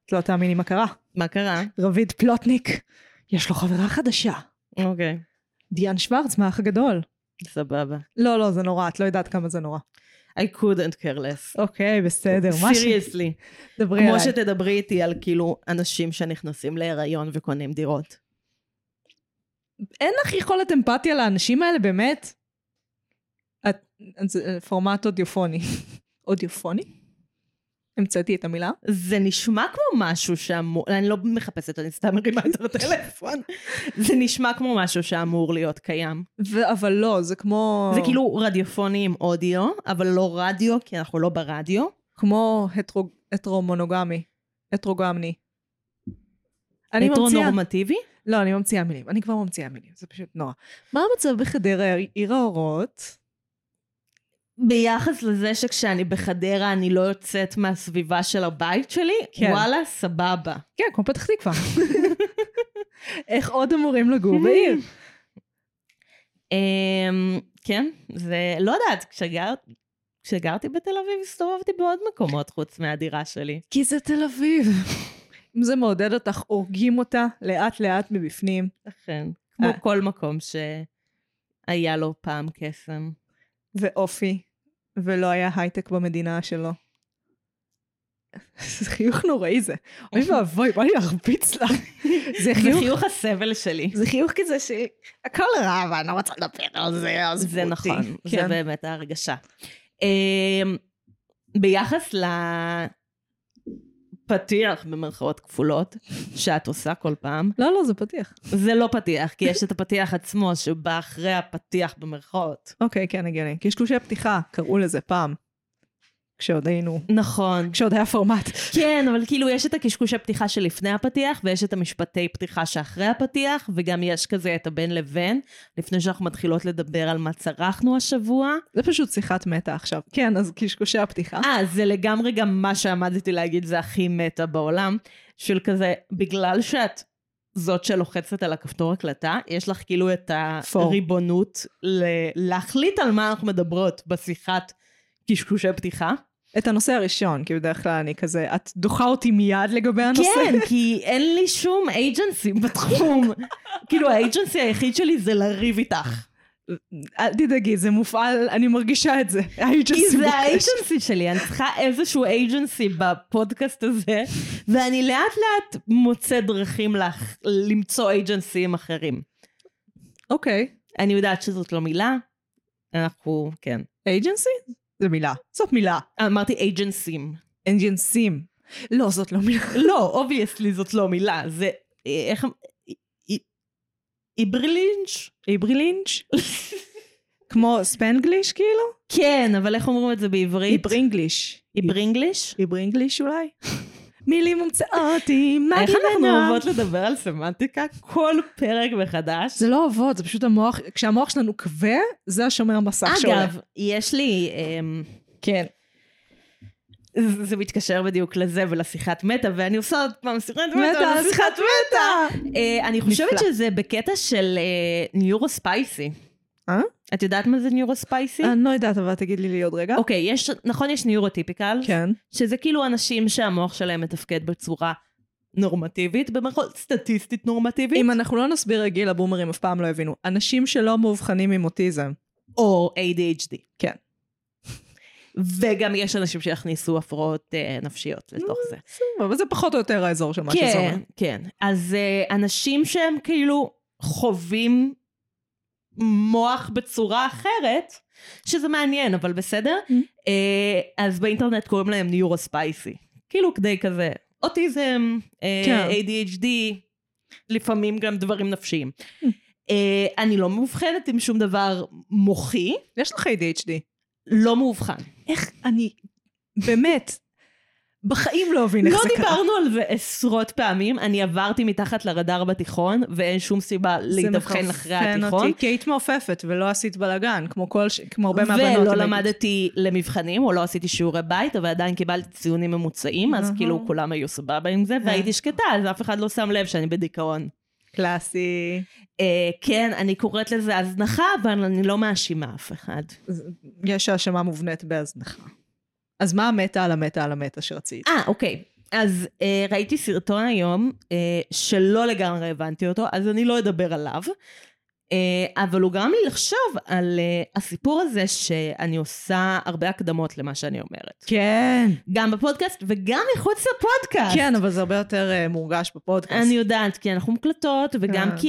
את לא תאמיני מה קרה. מה קרה? רביד פלוטניק, יש לו חברה חדשה. אוקיי. דיאן שוורץ, מהאח הגדול. סבבה. לא, זה נורא, את לא יודעת כמה זה נורא. I couldn't care less. אוקיי, בסדר. Seriously. דברי עליי. כמו שתדברי איתי על כאילו אנשים שנכנסים להיריון וקונים דירות. אין לך יכולת אמפתיה לאנשים האלה, באמת? פורמט אודיופוני. אודיופוני? המצאתי את המילה? זה נשמע כמו משהו שאמור, אני לא מחפשת, אני סתם מרימה את הטלפון. זה נשמע כמו משהו שאמור להיות קיים. אבל לא, זה כמו... זה כאילו רדיופוני עם אודיו, אבל לא רדיו, כי אנחנו לא ברדיו. כמו הטרומונוגמי. הטרוגמני. הטרונורמטיבי? לא, אני ממציאה מילים. אני כבר ממציאה מילים, זה פשוט נורא. מה המצב בחדרה עיר האורות? ביחס לזה שכשאני בחדרה אני לא יוצאת מהסביבה של הבית שלי, כן. וואלה, סבבה. כן, כמו פתח תקווה. איך עוד אמורים לגור בעיר? כן, זה לא יודעת, כשגרתי בתל אביב הסתובבתי בעוד מקומות חוץ מהדירה שלי. כי זה תל אביב. אם זה מעודד אותך, הורגים אותה לאט לאט מבפנים. אכן, כמו כל מקום שהיה לו פעם קסם. ואופי, ולא היה הייטק במדינה שלו. זה חיוך נוראי זה. אוי ואבוי, בא לי להרביץ לה. זה חיוך הסבל שלי. זה חיוך כזה שהכל רע, ואני לא רוצה לדבר על זה. זה נכון, זה באמת ההרגשה. ביחס לפתיח במרכאות כפולות, שאת עושה כל פעם. לא, זה פתיח. זה לא פתיח, כי יש את הפתיח עצמו, שבא אחרי הפתיח במרכאות. אוקיי, כן, הגיוני. קשקושי הפתיחה, קראו לזה פעם. כשעוד היינו... נכון. כשעוד היה פורמט. כן, אבל כאילו יש את הקשקוש הפתיחה שלפני הפתיח, ויש את המשפטי פתיחה שאחרי הפתיח, וגם יש כזה את הבין לבין, לפני שאנחנו מתחילות לדבר על מה צרכנו השבוע. זה פשוט שיחת מטה עכשיו. כן, אז קשקושי הפתיחה. זה לגמרי גם מה שעמדתי להגיד, זה הכי מטה בעולם, של כזה, בגלל שאת זאת שלוחצת על הכפתור הקלטה, יש לך כאילו את הריבונות להחליט על מה אנחנו מדברות בשיחת קשקושי פתיחה. את הנושא הראשון, כי בדרך כלל אני כזה, את דוחה אותי מיד לגבי הנושא. כן, כי אין לי שום אייג'נסי בתחום. כאילו האייג'נסי היחיד שלי זה לריב איתך. אל תדאגי, זה מופעל, אני מרגישה את זה. כי זה האייג'נסי שלי, אני צריכה איזשהו אייג'נסי בפודקאסט הזה, ואני לאט לאט מוצא דרכים למצוא אייג'נסים אחרים. אוקיי. אני יודעת שזאת לא מילה, אנחנו, כן. אייג'נסי? זה מילה. זאת מילה. אמרתי אייג'נסים. אייג'נסים. לא, זאת לא מילה. לא, אובייסלי זאת לא מילה. זה, איך... איברלינץ'? איברלינץ'? כמו ספנגליש כאילו? כן, אבל איך אומרים את זה בעברית? איברינגליש. איברינגליש? איברינגליש אולי? מילים מומצאות עם מה איך אנחנו אוהבות לדבר על סמנטיקה? כל פרק מחדש. זה לא אוהבות, זה פשוט המוח, כשהמוח שלנו כבה, זה השומר המסך שעולה. אגב, יש לי... כן. זה מתקשר בדיוק לזה ולשיחת מטה, ואני עושה עוד פעם שיחת מטה, שיחת מטה. אני חושבת שזה בקטע של ניורו ספייסי. את יודעת מה זה ניורו ספייסי? אני לא יודעת, אבל תגיד לי עוד רגע. אוקיי, נכון יש ניורוטיפיקל, כן. שזה כאילו אנשים שהמוח שלהם מתפקד בצורה נורמטיבית, במרכאות סטטיסטית נורמטיבית. אם אנחנו לא נסביר רגיל, הבומרים אף פעם לא הבינו. אנשים שלא מאובחנים עם אוטיזם. או ADHD. כן. וגם יש אנשים שיכניסו הפרעות נפשיות לתוך זה. אבל זה פחות או יותר האזור של מה שזה אומר. כן, כן. אז אנשים שהם כאילו חווים מוח בצורה אחרת, שזה מעניין, אבל בסדר. אז באינטרנט קוראים להם ניורו ספייסי. כאילו כדי כזה, אוטיזם, ADHD, לפעמים גם דברים נפשיים. אני לא מאובחנת עם שום דבר מוחי. יש לך ADHD. לא מאובחן. איך אני, באמת, בחיים לא הבין איך זה קרה. לא דיברנו על זה עשרות פעמים, אני עברתי מתחת לרדאר בתיכון, ואין שום סיבה להתאבחן אחרי התיכון. כי היית מעופפת ולא עשית בלגן, כמו הרבה מהבנות. ולא למדתי למבחנים, או לא עשיתי שיעורי בית, אבל עדיין קיבלתי ציונים ממוצעים, אז כאילו כולם היו סבבה עם זה, והייתי שקטה, אז אף אחד לא שם לב שאני בדיכאון. קלאסי. כן, אני קוראת לזה הזנחה, אבל אני לא מאשימה אף אחד. יש האשמה מובנית בהזנחה. אז מה המטה על המטה על המטה שרצית? אוקיי. אז ראיתי סרטון היום שלא לגמרי הבנתי אותו, אז אני לא אדבר עליו, אבל הוא גרם לי לחשוב על הסיפור הזה שאני עושה הרבה הקדמות למה שאני אומרת. כן. גם בפודקאסט וגם מחוץ לפודקאסט. כן, אבל זה הרבה יותר מורגש בפודקאסט. אני יודעת, כי אנחנו מקלטות, וגם כי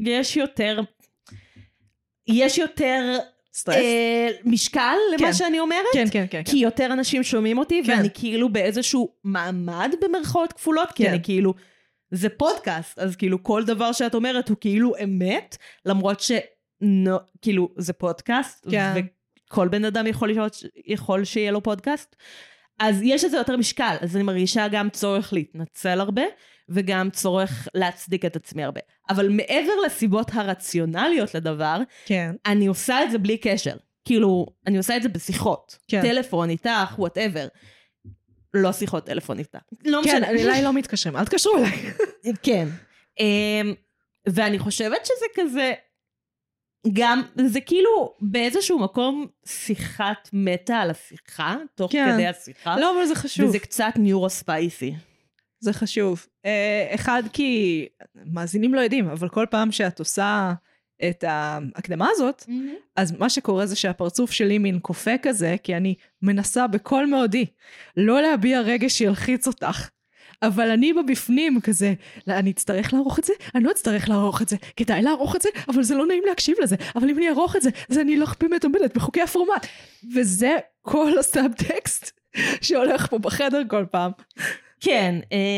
יש יותר סטרס? משקל למה שאני אומרת. כן, כן, כן. כי יותר אנשים שומעים אותי, ואני כאילו באיזשהו מעמד במרכאות כפולות, כי אני כאילו, זה פודקאסט, אז כאילו כל דבר שאת אומרת הוא כאילו אמת, למרות שכאילו זה פודקאסט, וכל בן אדם יכול שיהיה לו פודקאסט. אז יש לזה יותר משקל, אז אני מרגישה גם צורך להתנצל הרבה, וגם צורך להצדיק את עצמי הרבה. אבל מעבר לסיבות הרציונליות לדבר, אני עושה את זה בלי קשר. כאילו, אני עושה את זה בשיחות. טלפון איתך, whatever. לא שיחות טלפון איתך. לא משנה. כן, אליי לא מתקשרים, אל תקשרו אליי. כן. ואני חושבת שזה כזה, גם, זה כאילו באיזשהו מקום שיחת מתה על השיחה, תוך כדי השיחה. לא, אבל זה חשוב. וזה קצת ניורוספייסי. זה חשוב. אחד, כי מאזינים לא יודעים, אבל כל פעם שאת עושה את ההקדמה הזאת, אז מה שקורה זה שהפרצוף שלי מין קופא כזה, כי אני מנסה בכל מאודי לא להביע רגש שילחיץ אותך. אבל אני בבפנים כזה, אני אצטרך לערוך את זה? אני לא אצטרך לערוך את זה. כדאי לערוך את זה, אבל זה לא נעים להקשיב לזה. אבל אם אני אערוך את זה, זה אני לא באמת עומדת בחוקי הפורמט. וזה כל הסאבטקסט שהולך פה בחדר כל פעם. כן,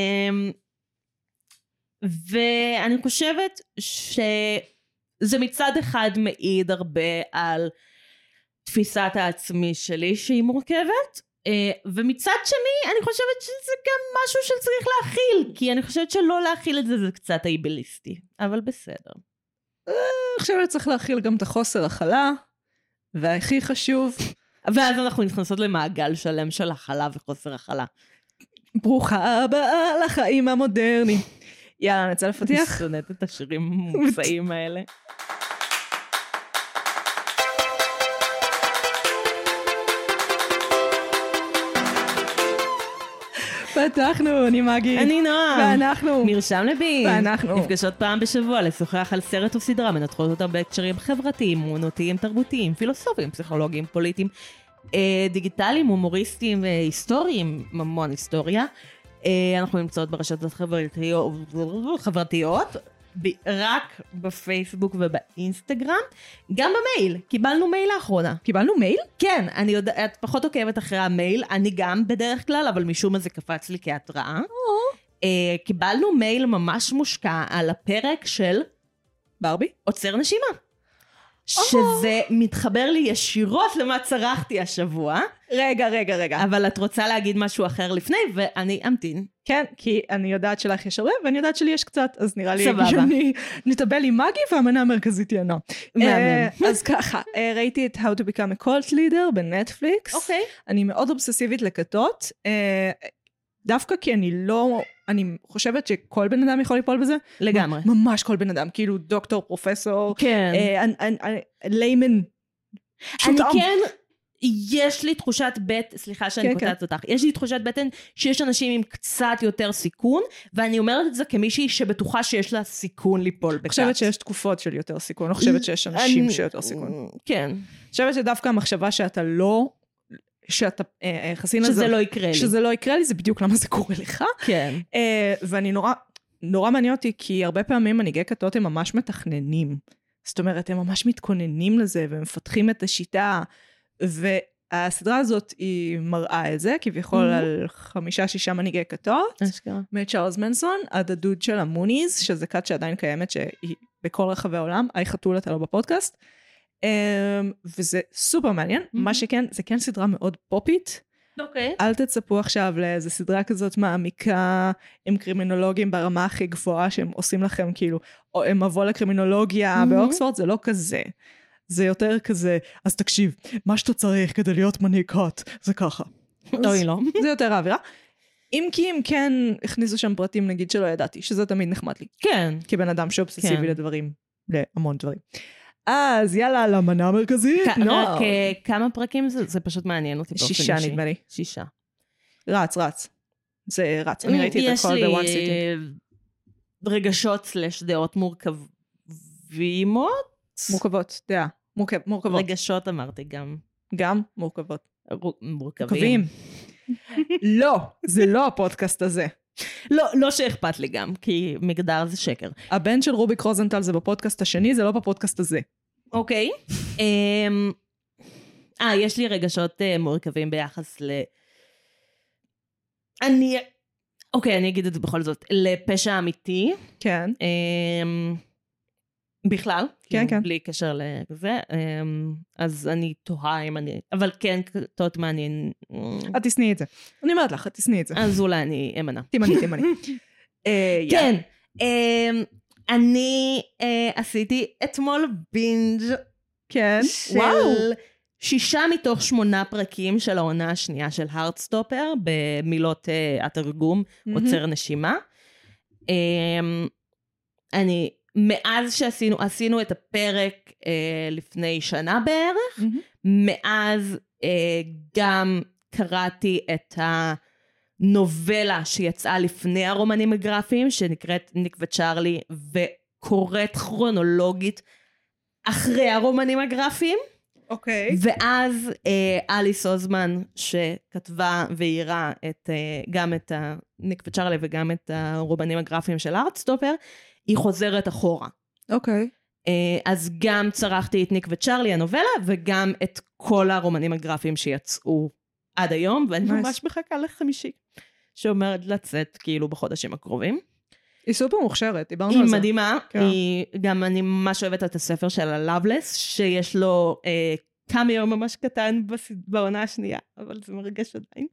ואני חושבת שזה מצד אחד מעיד הרבה על תפיסת העצמי שלי שהיא מורכבת, ומצד שני אני חושבת שזה גם משהו שצריך להכיל, כי אני חושבת שלא להכיל את זה זה קצת אייבליסטי, אבל בסדר. עכשיו אני צריך להכיל גם את החוסר הכלה, והכי חשוב. ואז אנחנו נכנסות למעגל שלם של הכלה וחוסר הכלה. ברוכה הבאה לחיים המודרניים. יאללה, נצא לפתיח. אני שונאת את השירים המוצאים האלה. פתחנו, אני מגי. אני נועם. ואנחנו. מרשם לבין. ואנחנו. נפגשות פעם בשבוע לשוחח על סרט או סדרה, מנתחות אותם בהקשרים חברתיים, אמנותיים, תרבותיים, פילוסופיים, פסיכולוגיים, פוליטיים, דיגיטליים, הומוריסטיים, היסטוריים, המון היסטוריה. אנחנו נמצאות ברשתות חברתיות, רק בפייסבוק ובאינסטגרם, גם במייל. קיבלנו מייל לאחרונה. קיבלנו מייל? כן, אני יודעת, את פחות עוקבת אחרי המייל, אני גם בדרך כלל, אבל משום מה זה קפץ לי כהתראה. קיבלנו מייל ממש מושקע על הפרק של ברבי? עוצר נשימה. שזה מתחבר לי ישירות למה צרכתי השבוע. רגע. אבל את רוצה להגיד משהו אחר לפני, ואני אמתין. כן, כי אני יודעת שלך יש הרבה, ואני יודעת שלי יש קצת, אז נראה לי שאני נטבל עם מגי, והמנה המרכזית היא ענה. מהמם. אז ככה, ראיתי את How to Become a Cult Leader בנטפליקס. אוקיי. אני מאוד אובססיבית לכתות, דווקא כי אני חושבת שכל בן אדם יכול ליפול בזה. לגמרי. ממש כל בן אדם, כאילו דוקטור, פרופסור, כן. ליימן. אני כן, יש לי תחושת סליחה שאני קוטעת אותך, יש לי תחושת בטן שיש אנשים עם קצת יותר סיכון, ואני אומרת את זה כמישהי שבטוחה שיש לה סיכון ליפול בכת. אני חושבת שיש תקופות של יותר סיכון, אני חושבת שיש אנשים שיותר סיכון. כן. אני חושבת שדווקא המחשבה שאתה חסין לזה, שזה לא יקרה לי. שזה לא יקרה לי, זה בדיוק למה זה קורה לך. כן. ואני נורא מעניין אותי, כי הרבה פעמים מנהיגי כתות הם ממש מתכננים. זאת אומרת, הם ממש מתכוננים לזה, ומפתחים את השיטה, והסדרה הזאת היא מראה את זה, כביכול על 5-6 מנהיגי כתות, מצ'ארלס מנסון, עד הדוד של המוניז, שזה כת שעדיין קיימת, שהיא בכל רחבי העולם, היי חתול אתה לא בפודקאסט, וזה סופר מעניין, מה שכן, זה כן סדרה מאוד פופית, אל תצפו עכשיו לאיזו סדרה כזאת מעמיקה, עם קרימינולוגים ברמה הכי גבוהה, שהם עושים לכם כאילו, או הם מבוא לקרימינולוגיה באוקספורד, זה לא כזה. זה יותר כזה, אז תקשיב, מה שאתה צריך כדי להיות מנהיג כת, זה ככה. אוי לא. זה יותר האווירה. אם כן הכניסו שם פרטים, נגיד שלא ידעתי, שזה תמיד נחמד לי. כן. כבן אדם שאובססיבי לדברים, להמון דברים. אז יאללה, למנה המרכזית. רק כמה פרקים זה פשוט מעניין אותי. 6 נדמה לי. 6. רץ. זה רץ, אני ראיתי את הכל בוואן סיטי. יש לי רגשות / דעות מורכבות. מורכבות, דעה. מורכבות. רגשות אמרתי גם. גם מורכבות. מורכבים. לא, זה לא הפודקאסט הזה. לא שאכפת לי גם, כי מגדר זה שקר. הבן של רוביק רוזנטל זה בפודקאסט השני, זה לא בפודקאסט הזה. אוקיי. יש לי רגשות מורכבים ביחס אני אגיד את זה בכל זאת, לפשע אמיתי. כן. בכלל. כן, כן. בלי קשר לזה. אז אני תוהה אם אבל כן, תות מעניין. את תסני את זה. אני אומרת לך, את תסני את זה. אז אולי אני אמנה. תימני. כן. אני עשיתי אתמול בינג' כן. של 6 מתוך 8 פרקים של העונה השנייה של הארטסטופר, במילות התרגום, עוצר נשימה. מאז עשינו את הפרק לפני שנה בערך, מאז גם קראתי את הנובלה שיצאה לפני הרומנים הגרפיים, שנקראת ניק וצ'ארלי, וקוראת כרונולוגית אחרי הרומנים הגרפיים. אוקיי. ואז אליס אוזמן, שכתבה והעירה גם את ניק וצ'ארלי וגם את הרומנים הגרפיים של הארטסטופר, היא חוזרת אחורה. אוקיי. אז גם צרכתי את ניק וצ'ארלי הנובלה, וגם את כל הרומנים הגרפיים שיצאו עד היום, ואני ממש מחכה לחמישי, שאומרת לצאת כאילו בחודשים הקרובים. היא סופר מוכשרת, דיברנו על זה. היא מדהימה, גם אני ממש אוהבת את הספר של הלאבלס, שיש לו קאמיו ממש קטן בעונה השנייה, אבל זה מרגש עדיין.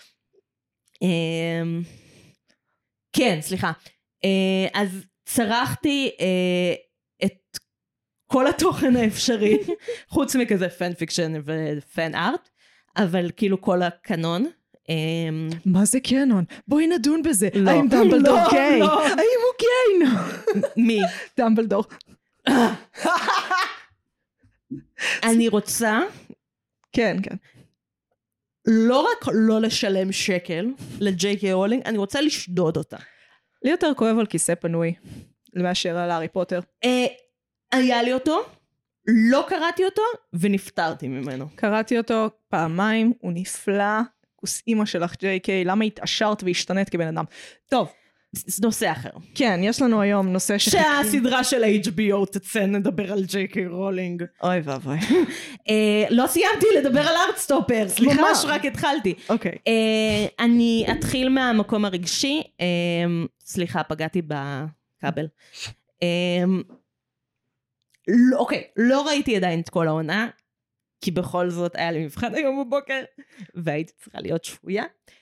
כן, סליחה. אז צרכתי את כל התוכן האפשרי, חוץ מכזה פן פיקשן ופן ארט, אבל כאילו כל הקנון. מה זה קנון? בואי נדון בזה. האם דמבלדור גיי? האם הוא גיי? מי? דמבלדור. אני רוצה... כן. לא רק לא לשלם שקל לג'יי קיי רולינג, אני רוצה לשדוד אותה. לי יותר כואב על כיסא פנוי, מאשר על הארי פוטר. היה לי אותו, לא קראתי אותו, ונפטרתי ממנו. קראתי אותו פעמיים, הוא נפלא, כוס אימא שלך ג'יי קיי, למה התעשרת והשתנית כבן אדם? טוב. נושא אחר. כן, יש לנו היום נושא שהסדרה של HBO תצא, נדבר על ג'יי קיי רולינג. אוי ואבוי. לא סיימתי לדבר על ארטסטופר, סליחה. ממש רק התחלתי. אוקיי. אני אתחיל מהמקום הרגשי, סליחה, פגעתי בכבל. אוקיי, לא ראיתי עדיין את כל העונה, כי בכל זאת היה לי מבחן היום בבוקר, והייתי צריכה להיות שפויה.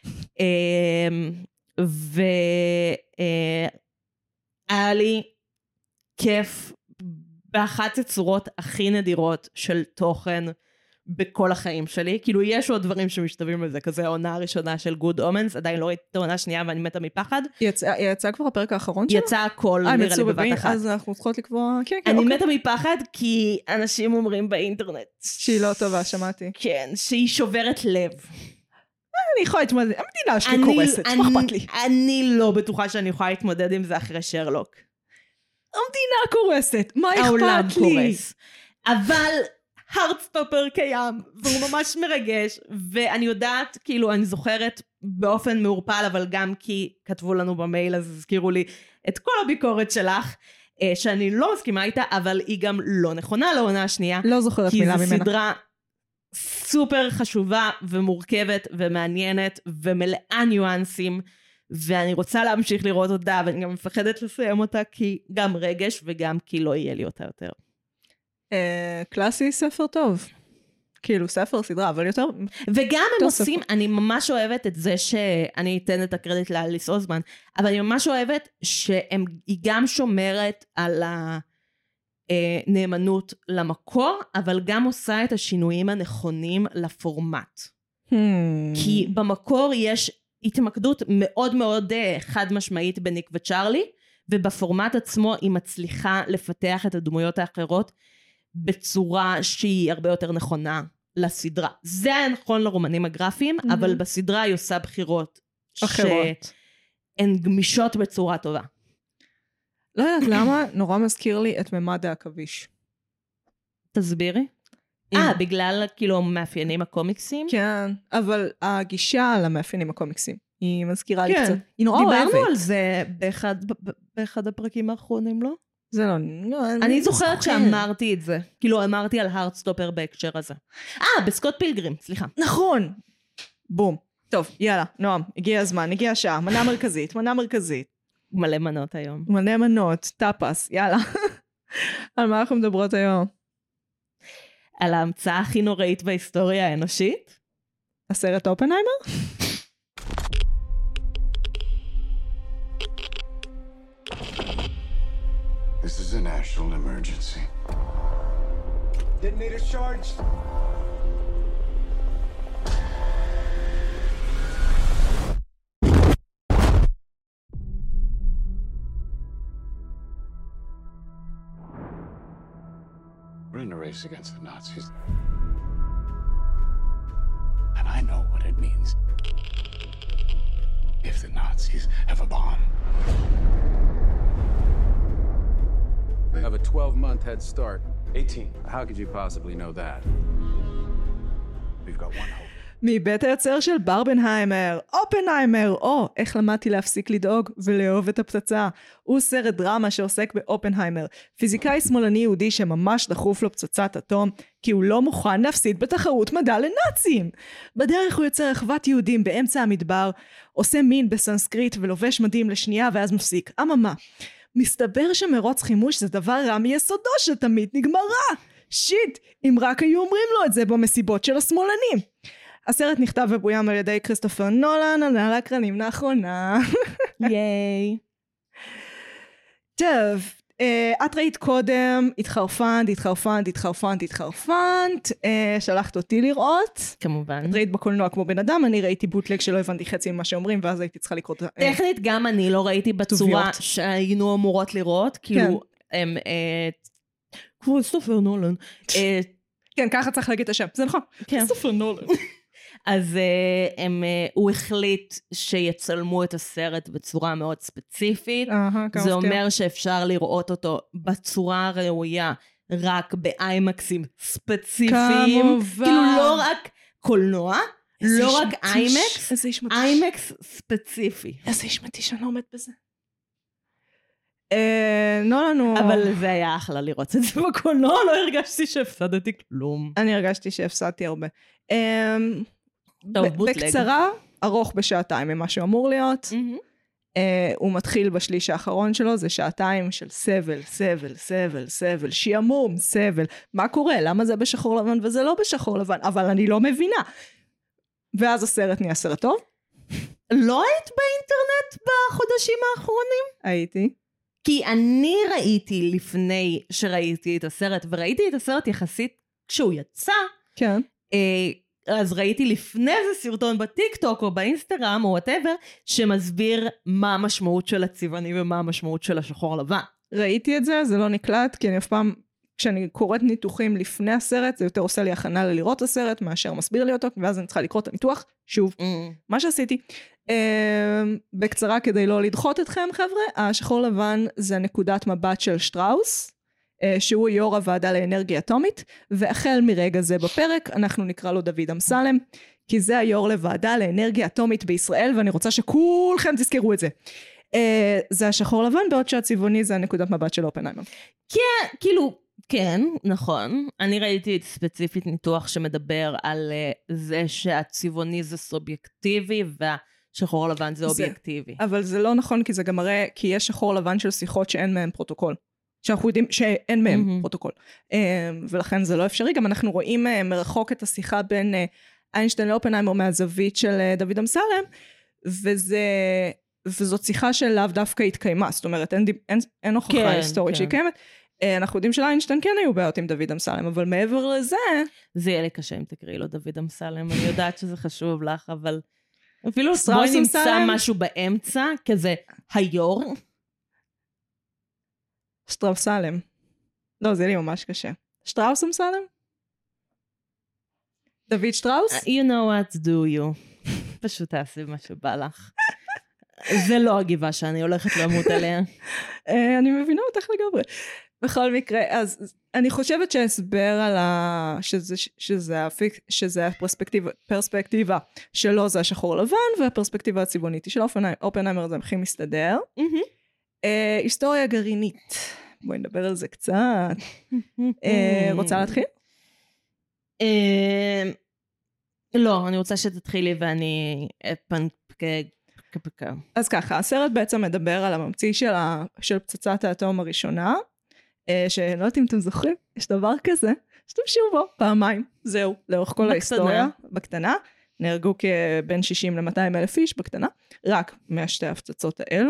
והיה לי כיף באחת הצורות הכי נדירות של תוכן בכל החיים שלי. כאילו יש עוד דברים שמשתווים לזה, כזה העונה הראשונה של Good Omens, עדיין לא ראיתי את העונה השנייה ואני מתה מפחד. יצא כבר הפרק האחרון שלו? יצא הכל, נראה לי בבת אחת. אז אנחנו צריכות לקבוע... אני מתה מפחד כי אנשים אומרים באינטרנט. שהיא לא טובה, שמעתי. כן, שהיא שוברת לב. אני יכולה להתמודד, המדינה שלי קורסת, מה אכפת לי? אני לא בטוחה שאני יכולה להתמודד עם זה אחרי שרלוק. המדינה קורסת, מה אכפת לי? העולם קורס. אבל הארטסטופר קיים, והוא ממש מרגש, ואני יודעת, כאילו, אני זוכרת באופן מעורפל, אבל גם כי כתבו לנו במייל, אז הזכירו לי את כל הביקורת שלך, שאני לא מסכימה איתה, אבל היא גם לא נכונה לעונה השנייה. לא זוכרת מילה ממנה. כי זו סדרה סופר חשובה ומורכבת ומעניינת ומלאה ניואנסים, ואני רוצה להמשיך לראות אותה, ואני גם מפחדת לסיים אותה, כי גם רגש וגם כי לא יהיה לי אותה יותר. קלאסי, ספר טוב. כאילו ספר סדרה, אבל יותר... וגם הם עושים, אני ממש אוהבת את זה שאני אתן את הקרדיט לאליס אוזמן, אבל אני ממש אוהבת שהיא גם שומרת על הנאמנות למקור, אבל גם עושה את השינויים הנכונים לפורמט. כי במקור יש התמקדות מאוד מאוד חד משמעית בניק וצ'ארלי, ובפורמט עצמו היא מצליחה לפתח את הדמויות האחרות, בצורה שהיא הרבה יותר נכונה לסדרה. זה היה נכון לרומנים הגרפיים, אבל בסדרה היא עושה בחירות אחרות. שהן גמישות בצורה טובה. לא יודעת למה, נורא מזכיר לי את ממד העכביש. תסבירי. בגלל כאילו מאפיינים הקומיקסים? כן, אבל הגישה על המאפיינים הקומיקסים, היא מזכירה לי קצת. היא נורא דיברנו אוהבת. על זה באחד הפרקים האחרונים, לא? זה לא... אני זוכרת שאמרתי את זה. כאילו אמרתי על הארדסטופר בהקשר הזה. בסקוט פילגרים, סליחה. נכון. בום. טוב, יאללה, נועם, הגיע הזמן, הגיע השעה, מנה מרכזית. מלא מנות היום. מלא מנות, טאפס, יאללה. על מה אנחנו מדברות היום? על ההמצאה הכי נוראית בהיסטוריה האנושית? הסרט אופנהיימר? This is a national emergency. Detonator charged. We're in a race against the Nazis. And I know what it means if the Nazis have a bomb. We have a 12-month head start. 18. How could you possibly know that? We've got one hope. מבית היוצר של ברבנהיימר, אופנהיימר, איך למדתי להפסיק לדאוג ולאהוב את הפצצה. הוא סרט דרמה שעוסק באופנהיימר, פיזיקאי שמאלני יהודי שממש דחוף לו פצצת אטום, כי הוא לא מוכן להפסיד בתחרות מדע לנאצים. בדרך הוא יוצר רחבת יהודים באמצע המדבר, עושה מין בסנסקריט ולובש מדים לשנייה ואז מפסיק. אממה, מסתבר שמרוץ חימוש זה דבר רע מיסודו שתמיד נגמר רע. שיט, אם רק היו אומרים לו את זה במסיבות של השמאלנים. הסרט נכתב ובוים על ידי כריסטופר נולן, עלה לאקרנים לאחרונה. ייי. טוב, את ראית קודם, התחרפנת, שלחת אותי לראות. כמובן. את ראית בקולנוע כמו בן אדם, אני ראיתי בוטלג שלא הבנתי חצי ממה שאומרים, ואז הייתי צריכה לקרוא... טכנית גם אני לא ראיתי בצורה שהיינו אמורות לראות, כאילו, כריסטופר נולן. כן, ככה צריך להגיד את השם, זה נכון. כריסטופר נולן. אז הוא החליט שיצלמו את הסרט בצורה מאוד ספציפית. זה אומר שאפשר לראות אותו בצורה הראויה, רק באיימקסים ספציפיים. כאילו לא רק קולנוע, לא רק איימקס, איימקס ספציפי. איזה איש מתיש, אני לא עומד בזה. נולן הוא... אבל זה היה אחלה לראות את זה בקולנוע, לא הרגשתי שהפסדתי כלום. אני הרגשתי שהפסדתי הרבה. בקצרה, ארוך בשעתיים ממה שהוא אמור להיות. הוא מתחיל בשליש האחרון שלו, זה שעתיים של סבל, שיעמום, סבל. מה קורה? למה זה בשחור לבן וזה לא בשחור לבן? אבל אני לא מבינה. ואז הסרט נהיה סרט טוב. לא היית באינטרנט בחודשים האחרונים? הייתי. כי אני ראיתי לפני שראיתי את הסרט, וראיתי את הסרט יחסית כשהוא יצא. כן. אז ראיתי לפני זה סרטון בטיקטוק או באינסטגרם או whatever, שמסביר מה המשמעות של הצבעוני ומה המשמעות של השחור לבן. ראיתי את זה, זה לא נקלט, כי אני אף פעם, כשאני קוראת ניתוחים לפני הסרט, זה יותר עושה לי הכנה ללראות את הסרט, מאשר מסביר לי אותו, ואז אני צריכה לקרוא את הניתוח, שוב, מה שעשיתי. בקצרה כדי לא לדחות אתכם חבר'ה, השחור לבן זה נקודת מבט של שטראוס, שהוא יו"ר הוועדה לאנרגיה אטומית, והחל מרגע זה בפרק, אנחנו נקרא לו דוד אמסלם, כי זה היו"ר לוועדה לאנרגיה אטומית בישראל, ואני רוצה שכולכם תזכרו את זה. זה השחור לבן, בעוד שהצבעוני זה הנקודת מבט של אופנהיימר. כן, כאילו, כן, נכון. אני ראיתי ספציפית ניתוח שמדבר על זה שהצבעוני זה סובייקטיבי, והשחור לבן זה אובייקטיבי. אבל זה לא נכון, כי זה גם מראה, כי יש שחור לבן של שיחות שאין מהם פרוטוקול. שאנחנו יודעים שאין מהם פרוטוקול. ולכן זה לא אפשרי. גם אנחנו רואים מרחוק את השיחה בין איינשטיין לאופנהיימר מהזווית של דוד אמסלם, וזאת שיחה שלאו דווקא התקיימה. זאת אומרת, אין הוכחה היסטורית שהיא קיימת. אנחנו יודעים שלאיינשטיין כן היו בעיות עם דוד אמסלם, אבל מעבר לזה... זה יהיה לי קשה אם תקראי לו דוד אמסלם. אני יודעת שזה חשוב לך, אבל... אפילו בואי נמצא משהו באמצע, כזה היור. שטראוס-סלם. לא, זה לי ממש קשה. שטראוס-אמסלם? דוד שטראוס? You know what to do you. פשוט תעשי מה שבא לך. זה לא הגיבה שאני הולכת למות עליה. אני מבינה אותך לגמרי. בכל מקרה, אז אני חושבת שהסבר על שזה הפרספקטיבה שלו זה השחור לבן, והפרספקטיבה הצבעונית של אופנהיימר זה הכי מסתדר. היסטוריה גרעינית. בואי נדבר על זה קצת. רוצה להתחיל? לא, אני רוצה שתתחילי ואני אז ככה, הסרט בעצם מדבר על הממציא של פצצת האטום הראשונה, שלא יודעת אם אתם זוכרים, יש דבר כזה, שתמשו בו פעמיים, זהו, לאורך כל ההיסטוריה, בקטנה, נהרגו כבין 60 ל-200 אלף איש בקטנה, רק מהשתי הפצצות האלו.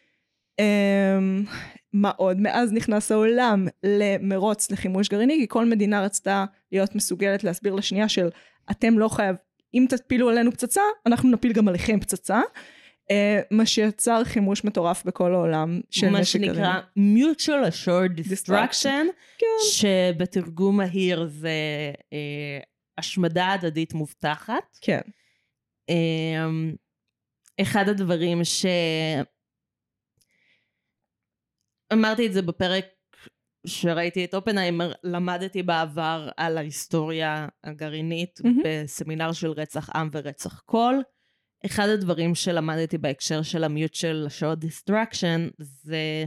מה עוד? מאז נכנס העולם למרוץ לחימוש גרעיני, כי כל מדינה רצתה להיות מסוגלת להסביר לשנייה של, אתם לא חייב, אם תפילו עלינו פצצה, אנחנו נפיל גם עליכם פצצה, מה שיצר חימוש מטורף בכל העולם של נשק גרעיני. מה שנקרא mutual assured destruction, שבתרגום מהיר זה השמדה הדדית מובטחת. כן. אחד הדברים אמרתי את זה בפרק שראיתי את אופנהיימר, למדתי בעבר על ההיסטוריה הגרעינית בסמינר של רצח עם ורצח קול. אחד הדברים שלמדתי בהקשר של ה-mutual assured destruction זה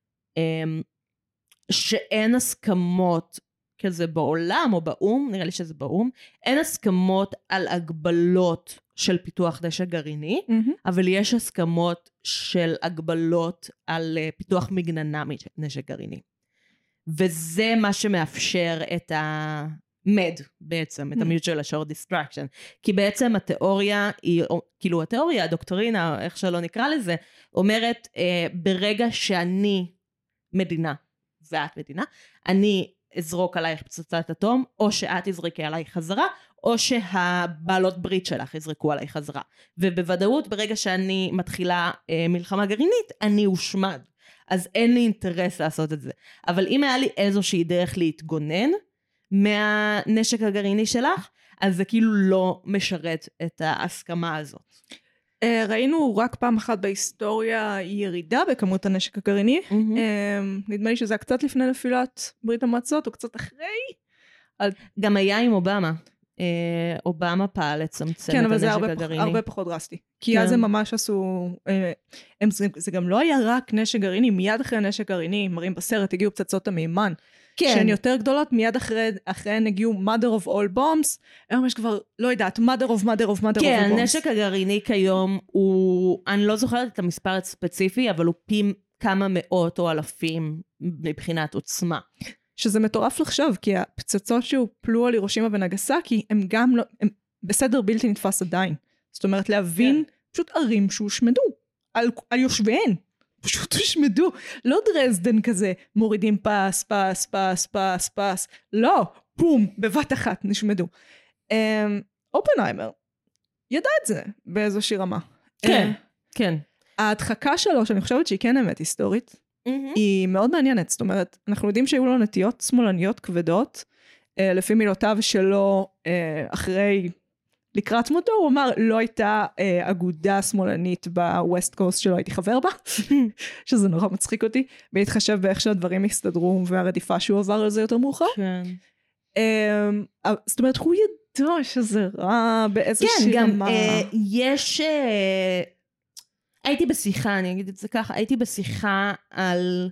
שאין הסכמות כזה בעולם או באום, נראה לי שזה באום, אין הסכמות על הגבלות של פיתוח נשק גרעיני, אבל יש הסכמות של הגבלות על פיתוח מגננה מנשק גרעיני. וזה מה שמאפשר את ה-MED בעצם, את ה-Mutual Assured Destruction. כי בעצם התיאוריה, כאילו התיאוריה, הדוקטרינה, איך שלא נקרא לזה, אומרת, ברגע שאני מדינה, ואת מדינה, אני אזרוק עלייך פצצת אטום, או שאת תזרקי עליי חזרה, או שהבעלות ברית שלך יזרקו עליי חזרה. ובוודאות, ברגע שאני מתחילה מלחמה גרעינית, אני אושמד. אז אין לי אינטרס לעשות את זה. אבל אם היה לי איזושהי דרך להתגונן מהנשק הגרעיני שלך, אז זה כאילו לא משרת את ההסכמה הזאת. ראינו רק פעם אחת בהיסטוריה ירידה בכמות הנשק הגרעיני. נדמה לי שזה היה קצת לפני נפילת ברית המועצות, או קצת אחרי. גם היה עם אובמה. אובמה פעל לצמצם את הנשק הגרעיני. כן, אבל זה הרבה פחות דרסטי. כי אז הם ממש עשו, זה גם לא היה רק נשק גרעיני, מיד אחרי הנשק גרעיני, מראים בסרט, הגיעו פצצות המימן, שהן יותר גדולות, מיד אחריהן הגיעו mother of all bombs, היום יש כבר, לא יודעת, mother of bombs. כן, הנשק הגרעיני כיום הוא, אני לא זוכרת את המספר הספציפי, אבל הוא פי כמה מאות או אלפים מבחינת עוצמה. שזה מטורף לחשוב, כי הפצצות שהופלו על הירושימה ונגסקי, הם גם לא, הם בסדר בלתי נתפס עדיין. זאת אומרת, להבין פשוט ערים שהושמדו, על יושביהן, פשוט הושמדו. לא דרזדן כזה, מורידים פס, לא, בום, בבת אחת נשמדו. אופנהיימר ידע את זה באיזושהי רמה. כן, כן. ההדחקה שלו, שאני חושבת שהיא כן אמת היסטורית, היא מאוד מעניינת. זאת אומרת, אנחנו יודעים שהיו לו נטיות שמאלניות כבדות, לפי מילותיו שלו, אחרי, לקראת מותו, הוא אמר, לא הייתה אגודה שמאלנית בווסט קוסט שלא הייתי חבר בה, שזה נורא מצחיק אותי, בהתחשב באיך שהדברים הסתדרו, והרדיפה שהוא עבר על זה יותר מאוחר. כן. זאת אומרת, הוא ידע שזה רע באיזושהי רמה. כן, גם יש... הייתי בשיחה, אני אגיד את זה ככה, הייתי בשיחה על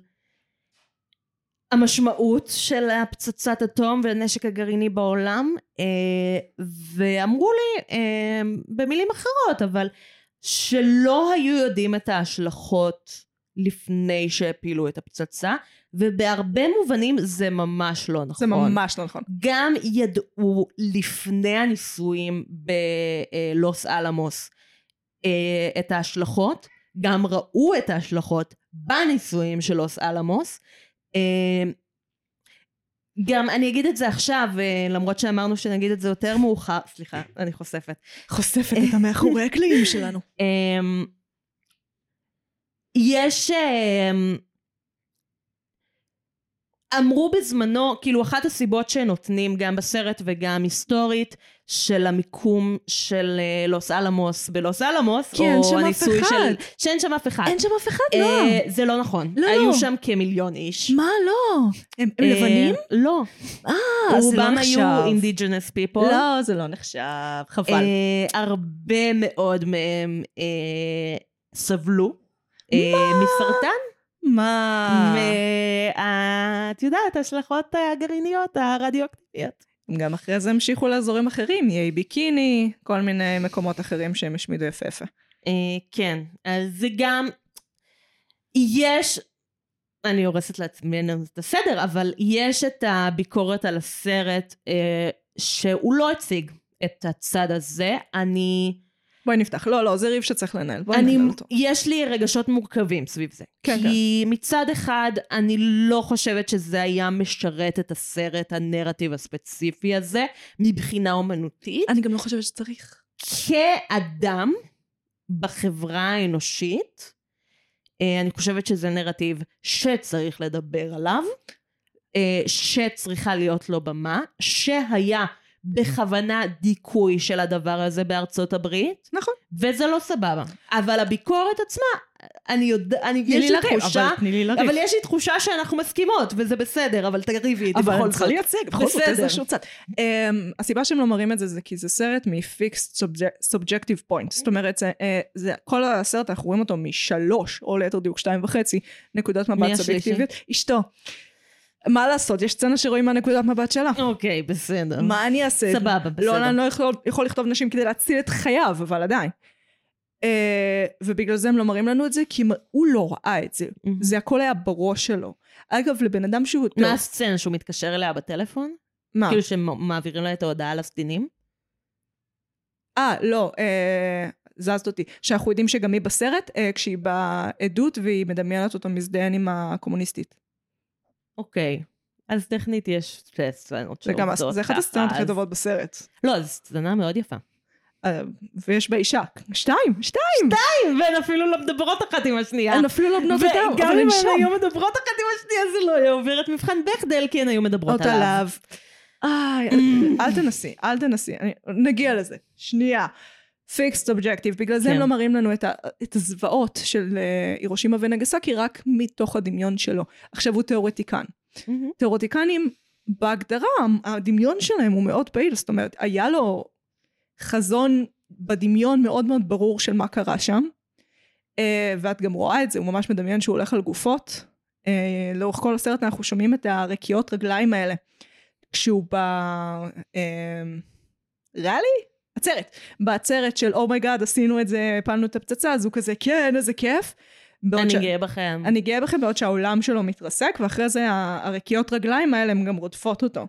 המשמעות של הפצצת אטום והנשק הגרעיני בעולם, ואמרו לי במילים אחרות, אבל שלא היו יודעים את ההשלכות לפני שהפילו את הפצצה, ובהרבה מובנים זה ממש לא נכון. זה ממש לא נכון. גם ידעו לפני הניסויים בלוס אלמוס, את ההשלכות, גם ראו את ההשלכות בניסויים של לוס אלמוס. גם אני אגיד את זה עכשיו, למרות שאמרנו שנגיד את זה יותר מאוחר, סליחה, אני חושפת את המאחורי הקלעים שלנו. יש אמרו בזמנו, כאילו אחת הסיבות שנותנים גם בסרט וגם היסטורית, של המיקום של לוס אלמוס בלוס אלמוס, כי אין שם או אף הניסוי אחד. שאין שם אף אחד. אין שם אף אחד, לא. זה לא נכון. לא. היו שם כמיליון איש. מה, לא? הם לבנים? לא. זה לא רובם נחשב. היו indigenous people. לא, זה לא נחשב, חבל. הרבה מאוד מהם סבלו מסרטן. מה? את יודעת, השלכות הגרעיניות, הרדיואקטיביות. גם אחרי זה המשיכו לאזורים אחרים, יהי ביקיני, כל מיני מקומות אחרים שהם השמידו יפה. כן, אז זה גם, יש, אני הורסת לעצמי את הסדר, אבל יש את הביקורת על הסרט שהוא לא הציג את הצד הזה. בואי נפתח, לא, זה ריב שצריך לנהל, בואי ננהל אותו. יש לי רגשות מורכבים סביב זה. כן, כי מצד אחד, אני לא חושבת שזה היה משרת את הסרט, הנרטיב הספציפי הזה, מבחינה אומנותית. אני גם לא חושבת שצריך. כאדם, בחברה האנושית, אני חושבת שזה נרטיב שצריך לדבר עליו, שצריכה להיות לו במה, שהיה בכוונה דיכוי של הדבר הזה בארצות הברית. נכון. וזה לא סבבה. אבל הביקורת עצמה, יש לי תחושה, אבל יש לי תחושה שאנחנו מסכימות, וזה בסדר, אבל תריבי איתי בכל זאת. אבל אני צריכה לייצג, בכל זאת איזשהו צד. הסיבה שהם לא מראים את זה כי זה סרט מ-fixed subjective point. זאת אומרת, כל הסרט אנחנו רואים אותו מ3, או ליתר דיוק 2.5, נקודת מבט סובייקטיבית. אשתו. מה לעשות? יש סצנה שרואים מהנקודת מבט שלה. אוקיי, בסדר. מה אני אעשה? סבבה, בסדר. לא, אני לא יכול לכתוב נשים כדי להציל את חייו, אבל עדיין. ובגלל זה הם לא מראים לנו את זה, כי הוא לא ראה את זה. זה הכל היה בראש שלו. אגב, לבן אדם שהוא... מה הסצנה שהוא מתקשר אליה בטלפון? מה? כאילו שמעבירים לה את ההודעה לסדינים? לא, זזת אותי. שאנחנו יודעים שגם היא בסרט, כשהיא בעדות והיא מדמיינת אותו מזדיין עם הקומוניסטית. אוקיי, אז טכנית יש שתי סצנות שעובדות. זה אחת הסצנות הכי טובות בסרט. לא, זו סצנה מאוד יפה. ויש בה אישה. שתיים! והן אפילו לא מדברות אחת עם השנייה. הן אפילו לא בנות אדם, וגם אם הן היו מדברות אחת עם השנייה, זה לא היה עובר את מבחן בכדל, כי הן היו מדברות עליו. אל תנסי, נגיע לזה. שנייה. fixed objective, בגלל זה הם לא מראים לנו את הזוועות של הירושימה ונגסקי, רק מתוך הדמיון שלו. עכשיו הוא תיאורטיקן. תיאורטיקנים, בהגדרה, הדמיון שלהם הוא מאוד פעיל, זאת אומרת, היה לו חזון בדמיון מאוד מאוד ברור של מה קרה שם, ואת גם רואה את זה, הוא ממש מדמיין שהוא הולך על גופות, לאורך כל הסרט אנחנו שומעים את הרקיעות רגליים האלה, כשהוא בעצרת של אומייגאד, עשינו את זה, הפלנו את הפצצה, אז הוא כזה, כן, איזה כיף. אני גאה בכם, בעוד שהעולם שלו מתרסק, ואחרי זה הרקיעות רגליים האלה, הם גם רודפות אותו.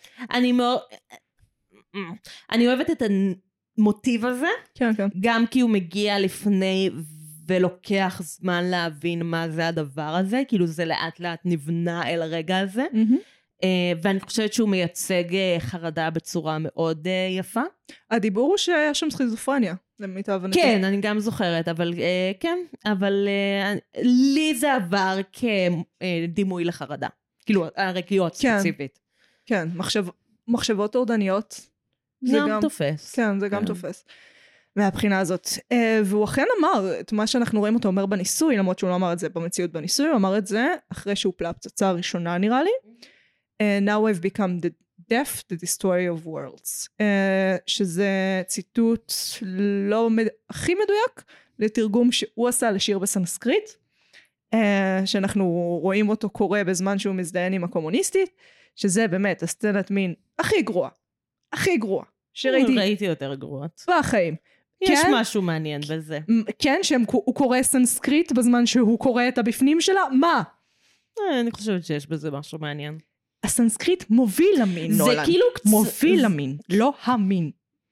אני אוהבת את המוטיב הזה, כן. גם כי הוא מגיע לפני ולוקח זמן להבין מה זה הדבר הזה, כאילו זה לאט לאט נבנה אל הרגע הזה, ואני חושבת שהוא מייצג חרדה בצורה מאוד יפה. הדיבור הוא שהיה שם סכיזופרניה, למיטב הבנתי. כן, אני גם זוכרת, אבל כן, אבל לי זה עבר כדימוי לחרדה, כאילו הרקיעות ספציפית. כן, מחשבות טורדניות. זה גם תופס. כן, זה גם תופס. מהבחינה הזאת. והוא אכן אמר את מה שאנחנו רואים אותו אומר בניסוי, למרות שהוא לא אמר את זה במציאות בניסוי, הוא אמר את זה אחרי שהוא פלה פצצה הראשונה נראה לי. Now I've become the deaf, the destroyer of worlds. שזה ציטוט לא הכי מדויק, לתרגום שהוא עשה לשיר בסנסקריט, שאנחנו רואים אותו קורא בזמן שהוא מזדיין עם הקומוניסטית, שזה באמת הסצנת מין הכי גרוע, ראיתי יותר גרועות. בחיים. יש משהו מעניין בזה. כן, שהוא קורא סנסקריט בזמן שהוא קורא את הבפנים שלה, מה? אני חושבת שיש בזה משהו מעניין. הסנסקריט מוביל למין, נולן. זה כאילו מוביל למין, לא המין.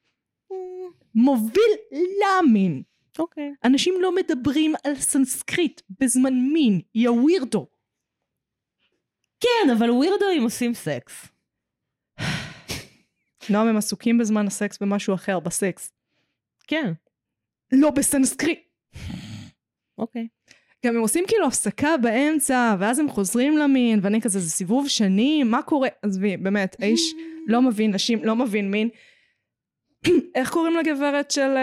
מוביל למין. אוקיי. אנשים לא מדברים על סנסקריט בזמן מין, יא ווירדו. כן, אבל ווירדוים עושים סקס. נועם, הם עסוקים בזמן הסקס במשהו אחר, בסקס. כן. לא בסנסקריט. אוקיי. גם הם עושים כאילו הפסקה באמצע, ואז הם חוזרים למין, ואני כזה, זה סיבוב שני, מה קורה? אז באמת, האיש לא מבין נשים, לא מבין מין. איך קוראים לגברת של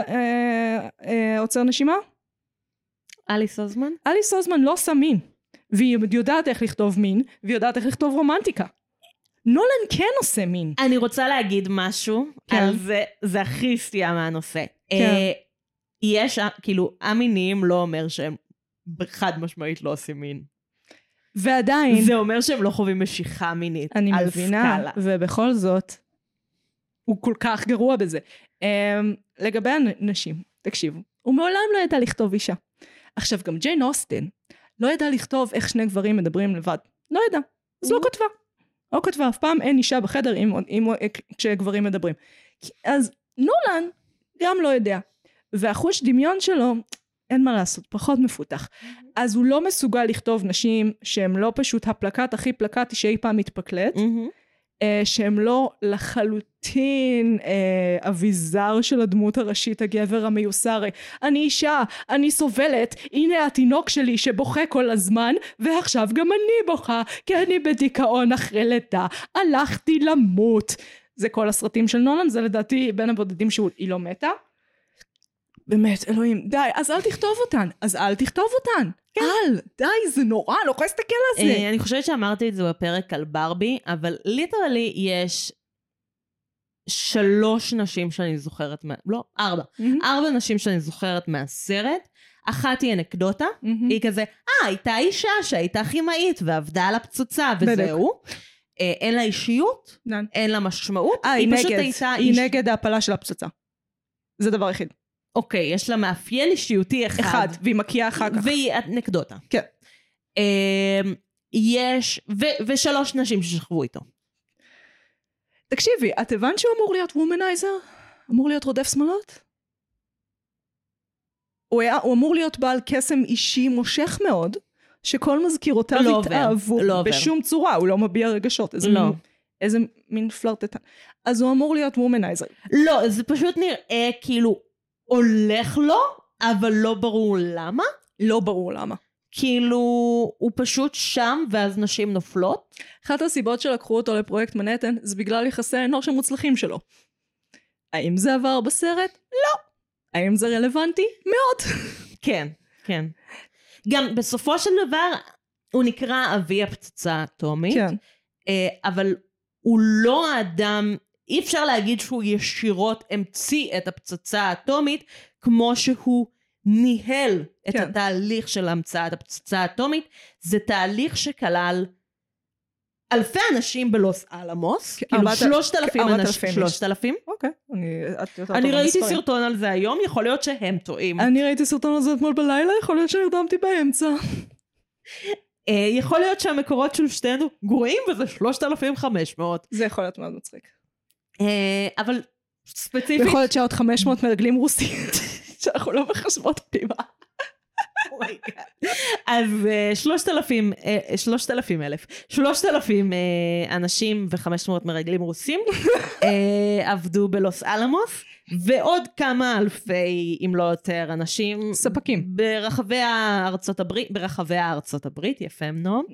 עוצר נשימה? אליס אוזמן? אליס אוזמן לא עושה מין, והיא יודעת איך לכתוב מין, והיא יודעת איך לכתוב רומנטיקה. נולן כן עושה מין. אני רוצה להגיד משהו, כן. על זה הכי סטייה מהנושא. כן. יש, כאילו, המיניים לא אומר שהם חד משמעית לא עושים מין. ועדיין, זה אומר שהם לא חווים משיכה מינית. אני על מבינה, סקאלה. ובכל זאת, הוא כל כך גרוע בזה. לגבי הנשים, תקשיבו, הוא מעולם לא ידע לכתוב אישה. עכשיו, גם ג'יין אוסטן לא ידע לכתוב איך שני גברים מדברים לבד. לא ידע. אז לא כתבה. לא כתבה, אף פעם אין אישה בחדר כשגברים מדברים. אז נולן גם לא יודע. והחוש דמיון שלו, אין מה לעשות, פחות מפותח. אז הוא לא מסוגל לכתוב נשים שהם לא פשוט הפלקט הכי פלקטי שאי פעם מתפקלט, שהם לא לחלוטין אביזר של הדמות הראשית, הגבר המיוסר. אני אישה, אני סובלת, הנה התינוק שלי שבוכה כל הזמן, ועכשיו גם אני בוכה, כי אני בדיכאון אחרי לידה, הלכתי למות. זה כל הסרטים של נולן, זה לדעתי בין הבודדים שהיא לא מתה. באמת, אלוהים, די, אז אל תכתוב אותן. אז אל תכתוב אותן. אל, די, זה נורא, לא יכולה להסתכל על זה. אני חושבת שאמרתי את זה בפרק על ברבי, אבל ליטרלי יש 3 נשים שאני זוכרת, לא, 4. 4 נשים שאני זוכרת מהסרט. אחת היא אנקדוטה, היא כזה, הייתה אישה שהייתה כימאית ועבדה על הפצצה וזהו. אין לה אישיות, אין לה משמעות. היא פשוט הייתה היא נגד ההפלה של הפצצה. זה דבר יחיד. אוקיי, יש לה מאפיין אישיותי אחד. והיא מקיאה אחר כך. והיא אנקדוטה. כן. יש, ו3 נשים ששכבו איתו. תקשיבי, את הבנת שהוא אמור להיות וומנייזר? אמור להיות רודף שמאלות? הוא אמור להיות בעל קסם אישי מושך מאוד, שכל מזכירותיו התאהבו בשום צורה, הוא לא מביע רגשות. איזה מין פלרטטן. אז הוא אמור להיות וומנייזר. לא, זה פשוט נראה כאילו הולך לו, אבל לא ברור למה. לא ברור למה. כאילו, הוא פשוט שם, ואז נשים נופלות. אחת הסיבות שלקחו אותו לפרויקט מנהטן, זה בגלל יחסי האנוש המוצלחים שלו. האם זה עבר בסרט? לא. האם זה רלוונטי? מאוד. כן, כן. גם בסופו של דבר, הוא נקרא אבי הפצצה האטומית. כן. אבל הוא לא האדם, אי אפשר להגיד שהוא ישירות המציא את הפצצה האטומית, כמו שהוא ניהל את התהליך של המצאת הפצצה האטומית. זה תהליך שכלל אלפי אנשים בלוס אלמוס, כאילו 3,000 אנשים. 3,000? אוקיי. אני ראיתי סרטון על זה היום, יכול להיות שהם טועים. אני ראיתי סרטון על זה אתמול בלילה, יכול להיות שנרדמתי באמצע. יכול להיות שהמקורות של שתינו גרועים, וזה 3,500. זה יכול להיות מאוד מצחיק. אבל ספציפית... יכול להיות שעוד 500 מרגלים רוסים, שאנחנו לא מחשבות פנימה. אז 3,000 אנשים ו500 מרגלים רוסים עבדו בלוס אלמוס, ועוד כמה אלפי, אם לא יותר, אנשים ספקים ברחבי הארצות הברית, יפה נועם,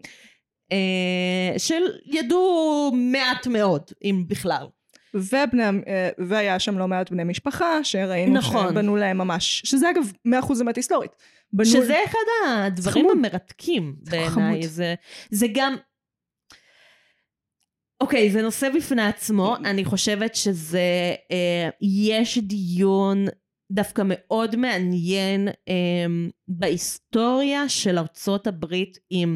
שידעו מעט מאוד, אם בכלל. והיה שם לא מעט בני משפחה שראינו שבנו להם ממש, שזה אגב 100% אמת היסטורית, שזה אחד הדברים המרתקים בעיניי. זה גם אוקיי, זה נושא בפני עצמו. אני חושבת שזה יש דיון דווקא מאוד מעניין בהיסטוריה של ארצות הברית,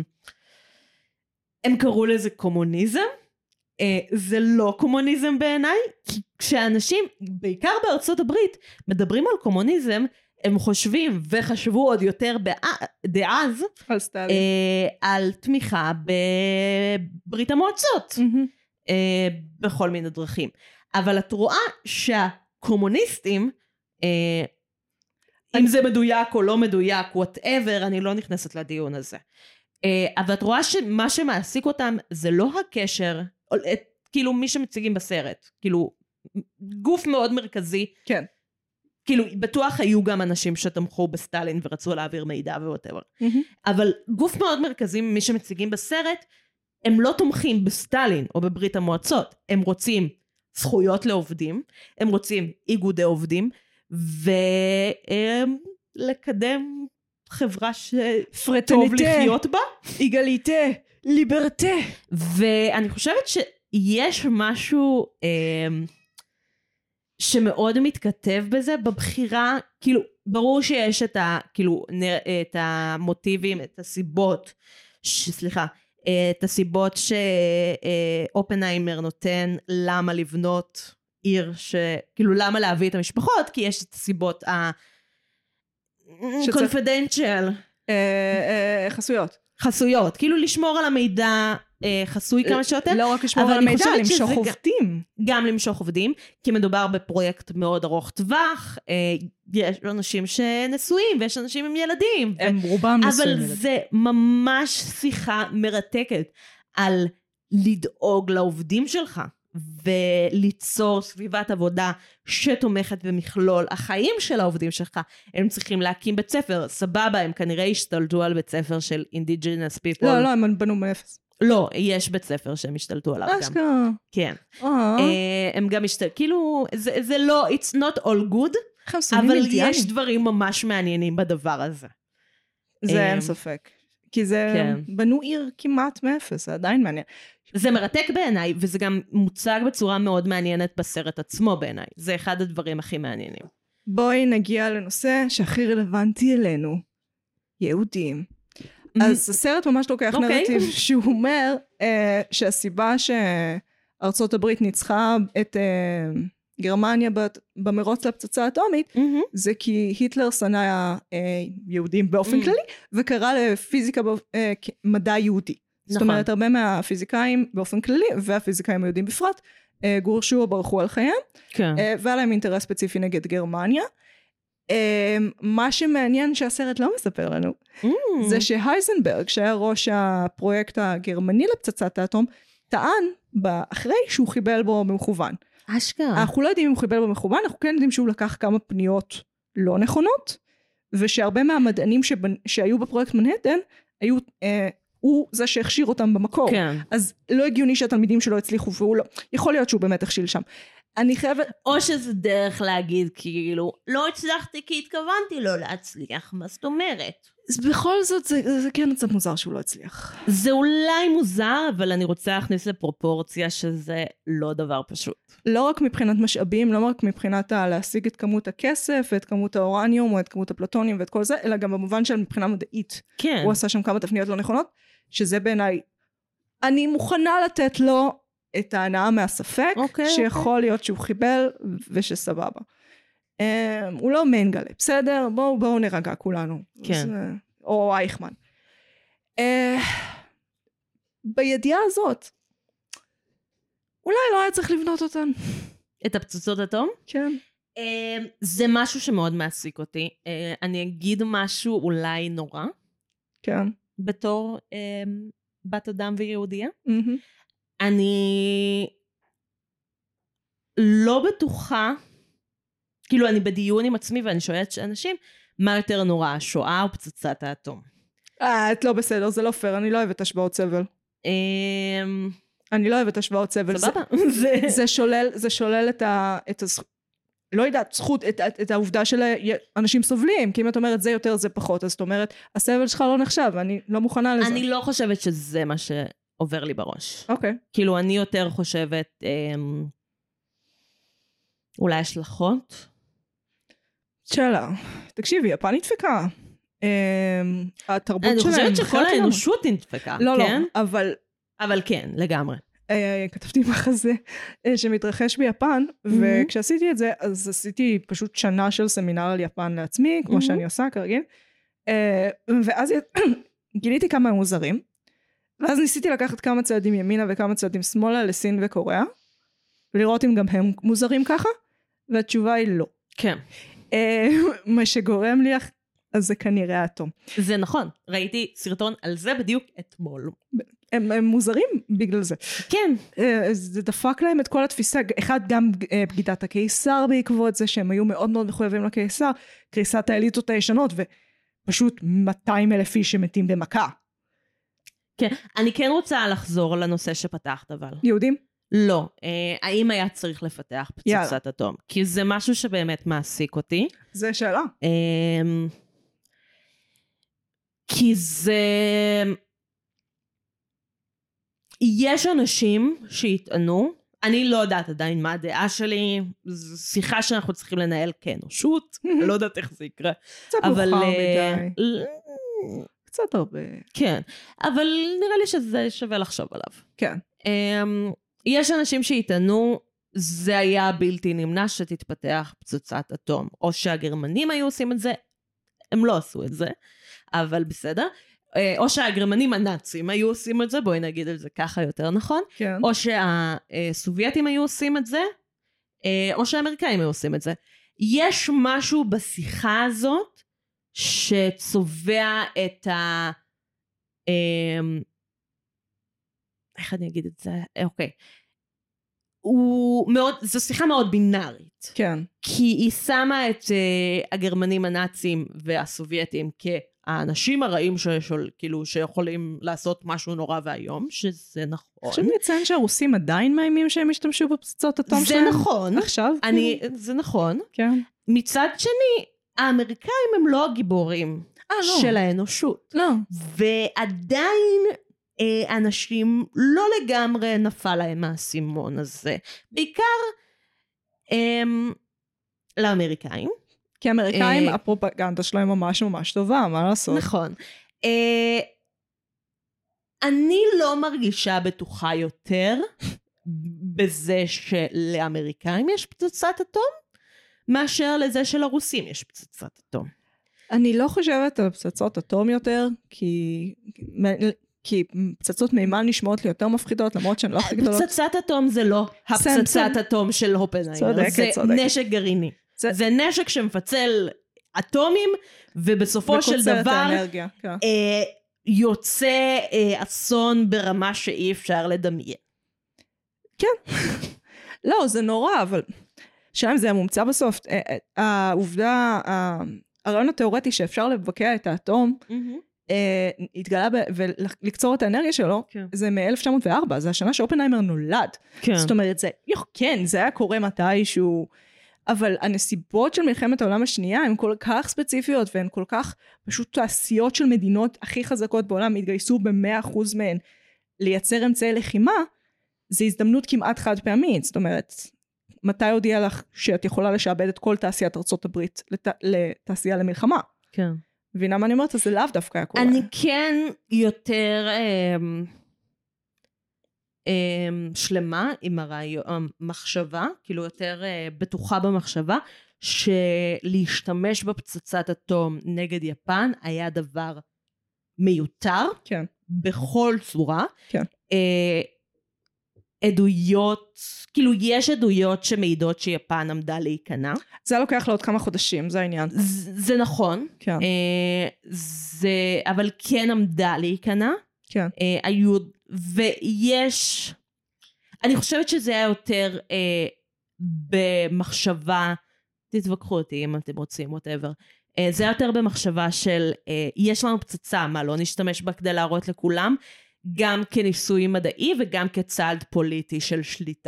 הם קראו לזה קומוניזם. זה לא קומוניזם בעיניי, כשאנשים, בעיקר בארצות הברית, מדברים על קומוניזם, הם חושבים וחשבו עוד יותר דאז על תמיכה בברית המועצות, בכל מיני דרכים. אבל את רואה שהקומוניסטים, אם זה מדויק או לא מדויק, whatever, אני לא נכנסת לדיון הזה. אבל את רואה שמה שמעסיק אותם זה לא הקשר, כאילו מי שמציגים בסרט, כאילו גוף מאוד מרכזי. כן. כאילו, בטוח היו גם אנשים שתמכו בסטלין ורצו להעביר מידע ווואטאבר. אבל גוף מאוד מרכזי, מי שמציגים בסרט, הם לא תומכים בסטלין או בברית המועצות. הם רוצים זכויות לעובדים, הם רוצים איגודי עובדים, ולקדם חברה שטוב לחיות בה. איגליטה, ליברטה. ואני חושבת שיש משהו שמאוד מתכתב בזה בבחירה, כאילו, ברור שיש את המוטיבים, את הסיבות, את הסיבות שאופנהיימר נותן למה לבנות עיר, כאילו למה להביא את המשפחות, כי יש את הסיבות confidential. חסויות, כאילו לשמור על המידע חסוי כמה שיותר. לא רק לשמור על המידע, למשוך עובדים. גם למשוך עובדים, כי מדובר בפרויקט מאוד ארוך טווח, יש אנשים שנשואים, ויש אנשים עם ילדים. הם רובם נשואים. אבל זה ממש שיחה מרתקת על לדאוג לעובדים שלך, וליצור סביבת עבודה שתומכת במכלול החיים של העובדים שלך. הם צריכים להקים בית ספר, סבבה, הם כנראה השתלטו על בית ספר של indigenous people. לא, הם בנו מאפס. לא, יש בית ספר שהם השתלטו עליו גם. אשכרה. כן. הם גם השתלטו, כאילו, זה לא, it's not all good, אבל יש דברים ממש מעניינים בדבר הזה. זה אין ספק. כי זה בנו עיר כמעט מאפס, זה עדיין מעניין. זה מרתק בעיניי, וזה גם מוצג בצורה מאוד מעניינת בסרט עצמו בעיניי. זה אחד הדברים הכי מעניינים. בואי נגיע לנושא שהכי רלוונטי אלינו. יהודים. אז הסרט ממש לוקח נרטיב שהוא אומר שהסיבה שארצות הברית ניצחה את גרמניה במרוץ לפצצה האטומית, זה כי היטלר שנא יהודים באופן כללי, וקרא לפיזיקה מדע יהודי. זאת אומרת, הרבה מהפיזיקאים באופן כללי, והפיזיקאים היהודים בפרט, גורשו או ברחו על חייהם, והיה להם אינטרס ספציפי נגד גרמניה. מה שמעניין שהסרט לא מספר לנו, זה שהייזנברג, שהיה ראש הפרויקט הגרמני לפצצת האטום, טען אחרי שהוא חיבל בו במכוון. אשכרה. אנחנו לא יודעים אם הוא חיבל בו במכוון, אנחנו כן יודעים שהוא לקח כמה פניות לא נכונות, ושהרבה מהמדענים שהיו בפרויקט מנהטן, היו הוא זה שהכשיר אותם במקור. כן. אז לא הגיוני שהתלמידים שלו הצליחו, והוא לא, יכול להיות שהוא באמת הכשיל שם. אני חייבת... או שזה דרך להגיד כאילו, לא הצלחתי כי התכוונתי לא להצליח, מה זאת אומרת? בכל זאת זה כן קצת מוזר שהוא לא הצליח. זה אולי מוזר, אבל אני רוצה להכניס לפרופורציה שזה לא דבר פשוט. לא רק מבחינת משאבים, לא רק מבחינת להשיג את כמות הכסף, ואת כמות האורניום, או את כמות הפלוטונים ואת כל זה, אלא גם במובן של מבחינה מדעית. כן. הוא עשה שם כמה תפניות לא נכונות, שזה בעיניי, אני מוכנה לתת לו את ההנאה מהספק, שיכול להיות שהוא חיבל ושסבבה. הוא לא מנגלה, בסדר? בואו נרגע כולנו. כן. או אייכמן. בידיעה הזאת, אולי לא היה צריך לבנות אותן. את הפצצות אטום? כן. זה משהו שמאוד מעסיק אותי. אני אגיד משהו אולי נורא. כן. בתור בת אדם ויהודיה. אני לא בטוחה, כאילו אני בדיון עם עצמי ואני שואלת אנשים, מה יותר נורא, השואה או פצצת האטום? את לא בסדר, זה לא פייר, אני לא אוהבת השוואות סבל. אני לא אוהבת השוואות סבל. סבבה. זה שולל את לא יודעת, זכות, את העובדה של אנשים סובלים, כי אם את אומרת זה יותר זה פחות, אז את אומרת, הסבל שלך לא נחשב, ואני לא מוכנה לזה. אני לא חושבת שזה מה שעובר לי בראש. אוקיי. כאילו אני יותר חושבת, אולי השלכות? שאלה, תקשיבי, יפן נדפקה. התרבות שלהם... אני חושבת שכל האנושות נדפקה, לא, כן? לא, אבל כן, לגמרי. כתבתי מחזה שמתרחש ביפן, וכשעשיתי את זה, אז עשיתי פשוט שנה של סמינר על יפן לעצמי, כמו שאני עושה כרגיל, ואז גיליתי כמה הם מוזרים, ואז ניסיתי לקחת כמה צעדים ימינה וכמה צעדים שמאלה לסין וקוריאה, ולראות אם גם הם מוזרים ככה, והתשובה היא לא. כן. מה שגורם לי, אז זה כנראה האטום. זה נכון, ראיתי סרטון על זה בדיוק אתמול. הם מוזרים בגלל זה. כן. זה דפק להם את כל התפיסה, אחד גם בגידת הקיסר בעקבות זה, שהם היו מאוד מאוד מחויבים לקיסר, קריסת האליטות הישנות, ופשוט 200,000 איש שמתים במכה. כן, אני כן רוצה לחזור לנושא שפתחת אבל. יהודים? לא, האם היה צריך לפתח פצצת אטום? כי זה משהו שבאמת מעסיק אותי. זה שאלה. כי זה... יש אנשים שהטענו, אני לא יודעת עדיין מה הדעה שלי, זו שיחה שאנחנו צריכים לנהל כאנושות, לא יודעת איך זה יקרה. קצת מאוחר מדי. קצת הרבה. כן, אבל נראה לי שזה שווה לחשוב עליו. כן. יש אנשים שהטענו, זה היה בלתי נמנע שתתפתח פצצת אטום, או שהגרמנים היו עושים את זה, הם לא עשו את זה, אבל בסדר. או שהגרמנים הנאצים היו עושים את זה, בואי נגיד על זה ככה יותר נכון, כן. או שהסובייטים היו עושים את זה, או שהאמריקאים היו עושים את זה. יש משהו בשיחה הזאת, שצובע את ה... איך אני אגיד את זה? אוקיי. זו שיחה מאוד בינארית. כן. כי היא שמה את הגרמנים הנאצים והסובייטים האנשים הרעים כאילו שיכולים לעשות משהו נורא והיום, שזה נכון. עכשיו נציין שהרוסים עדיין מאיימים שהם ישתמשו בפצצות אטום שלהם? זה נכון. עכשיו? זה נכון. כן. מצד שני, האמריקאים הם לא הגיבורים של האנושות. לא. ועדיין אנשים לא לגמרי נפל להם מהסימון הזה. בעיקר לאמריקאים. כי האמריקאים, הפרופגנדה שלהם ממש ממש טובה, מה לעשות? נכון. אני לא מרגישה בטוחה יותר בזה שלאמריקאים יש פצצת אטום, מאשר לזה שלרוסים יש פצצת אטום. אני לא חושבת על פצצות אטום יותר, כי פצצות מימן נשמעות לי יותר מפחידות, למרות שהן לא הכי גדולות. פצצת אטום זה לא הפצצת אטום של הופנהיימר, זה נשק גרעיני. זה נשק שמפצל אטומים, ובסופו של דבר יוצא אסון ברמה שאי אפשר לדמיין. כן. לא, זה נורא, אבל שאלה אם זה המומצא בסוף. העובדה, הרעיון התיאורטי שאפשר לבקע את האטום, התגלה ולקצור את האנרגיה שלו, זה מ-1904, זה השנה שאופנהיימר נולד. זאת אומרת, זה היה קורה מתישהו, אבל הנסיבות של מלחמת העולם השנייה הן כל כך ספציפיות, והן כל כך פשוט תעשיות של מדינות הכי חזקות בעולם, התגייסו ב100% מהן לייצר אמצעי לחימה, זו הזדמנות כמעט חד פעמית. זאת אומרת, מתי הודיע לך שאת יכולה לשעבד את כל תעשיית ארצות הברית לתעשייה למלחמה? כן. מבינה מה אני אומרת? זה לאו דווקא היה קורה. אני כן יותר שלמה עם המחשבה, כאילו יותר בטוחה במחשבה, שלהשתמש בפצצת אטום נגד יפן היה דבר מיותר, כן. בכל צורה. כן. עדויות, כאילו יש עדויות שמעידות שיפן עמדה להיכנע. זה לוקח לעוד כמה חודשים, זה העניין. זה נכון. כן. אבל כן עמדה להיכנע. כן. ויש, אני חושבת שזה היה יותר במחשבה, תתווכחו אותי אם אתם רוצים, whatever. זה היה יותר במחשבה של, יש לנו פצצה, מה לא נשתמש בה כדי להראות לכולם, גם כניסוי מדעי וגם כצעד פוליטי של שליטה.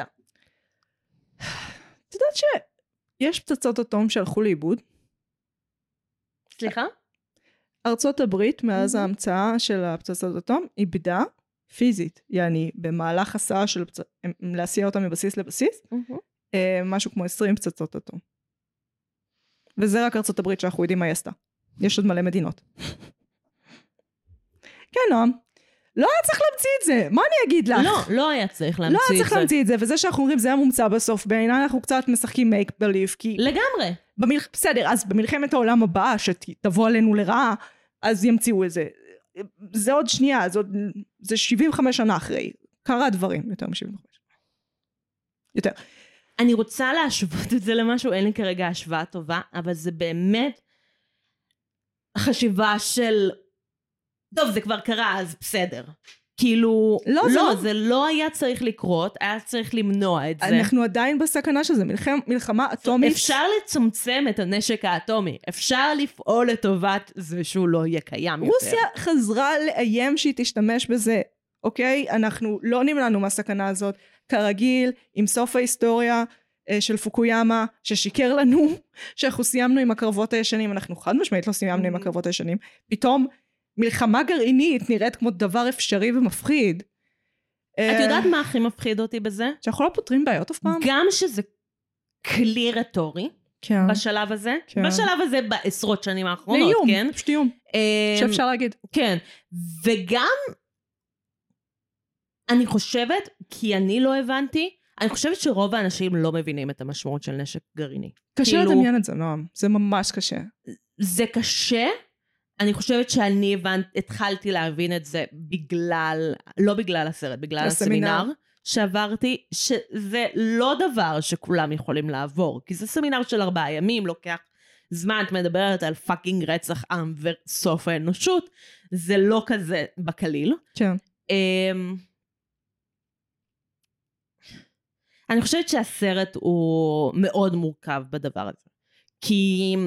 את יודעת שיש פצצות אטום שהלכו לאיבוד? סליחה? ארצות הברית, מאז ההמצאה של הפצצות אטום, איבדה פיזית, יעני, במהלך הסעה של להסיע אותם מבסיס לבסיס, משהו כמו 20 פצצות אטום. וזה רק ארצות הברית שאנחנו יודעים מה היא עשתה. יש עוד מלא מדינות. כן, נועם. לא היה צריך להמציא את זה, מה אני אגיד לך? לא היה צריך להמציא את זה. לא היה צריך להמציא את זה, וזה שאנחנו אומרים, זה המומצא בסוף, בעיניי אנחנו קצת משחקים make believe, כי... לגמרי. בסדר, אז במלחמת העולם הבאה, שתבוא עלינו לרעה, אז ימציאו את זה. זה עוד שנייה, זה 75 שנה אחרי. קרה דברים, יותר מ-75. יותר. אני רוצה להשוות את זה למשהו, אין לי כרגע השוואה טובה, אבל זה באמת חשיבה של... טוב, זה כבר קרה, אז בסדר. כאילו, לא, זה לא היה צריך לקרות, היה צריך למנוע את זה. אנחנו עדיין בסכנה של זה, מלחמה אטומית. אפשר לצמצם את הנשק האטומי, אפשר לפעול לטובת זה שהוא לא יהיה קיים יותר. רוסיה חזרה לאיים שהיא תשתמש בזה, אוקיי? אנחנו לא נמנענו מהסכנה הזאת, כרגיל, עם סוף ההיסטוריה של פוקויאמה, ששיקר לנו, שאנחנו סיימנו עם הקרבות הישנים, אנחנו חד משמעית לא סיימנו עם הקרבות הישנים, פתאום מלחמה גרעינית נראית כמו דבר אפשרי ומפחיד. את יודעת מה הכי מפחיד אותי בזה? שאנחנו לא פותרים בעיות אף פעם. גם שזה כלי רטורי, כן. בשלב הזה, כן. בשלב הזה בעשרות שנים האחרונות, לאיום, כן? פשוט איום, שאפשר להגיד. כן, וגם, אני חושבת, כי אני לא הבנתי, אני חושבת שרוב האנשים לא מבינים את המשמעות של נשק גרעיני. קשה לדמיין את זה, נועם. זה ממש קשה. זה קשה, אני חושבת שאני התחלתי להבין את זה בגלל, לא בגלל הסרט, בגלל הסמינר שעברתי, שזה לא דבר שכולם יכולים לעבור, כי זה סמינר של 4 ימים, לוקח זמן, את מדברת על פאקינג רצח עם וסוף האנושות, זה לא כזה בקליל. כן. אני חושבת שהסרט הוא מאוד מורכב בדבר הזה, כי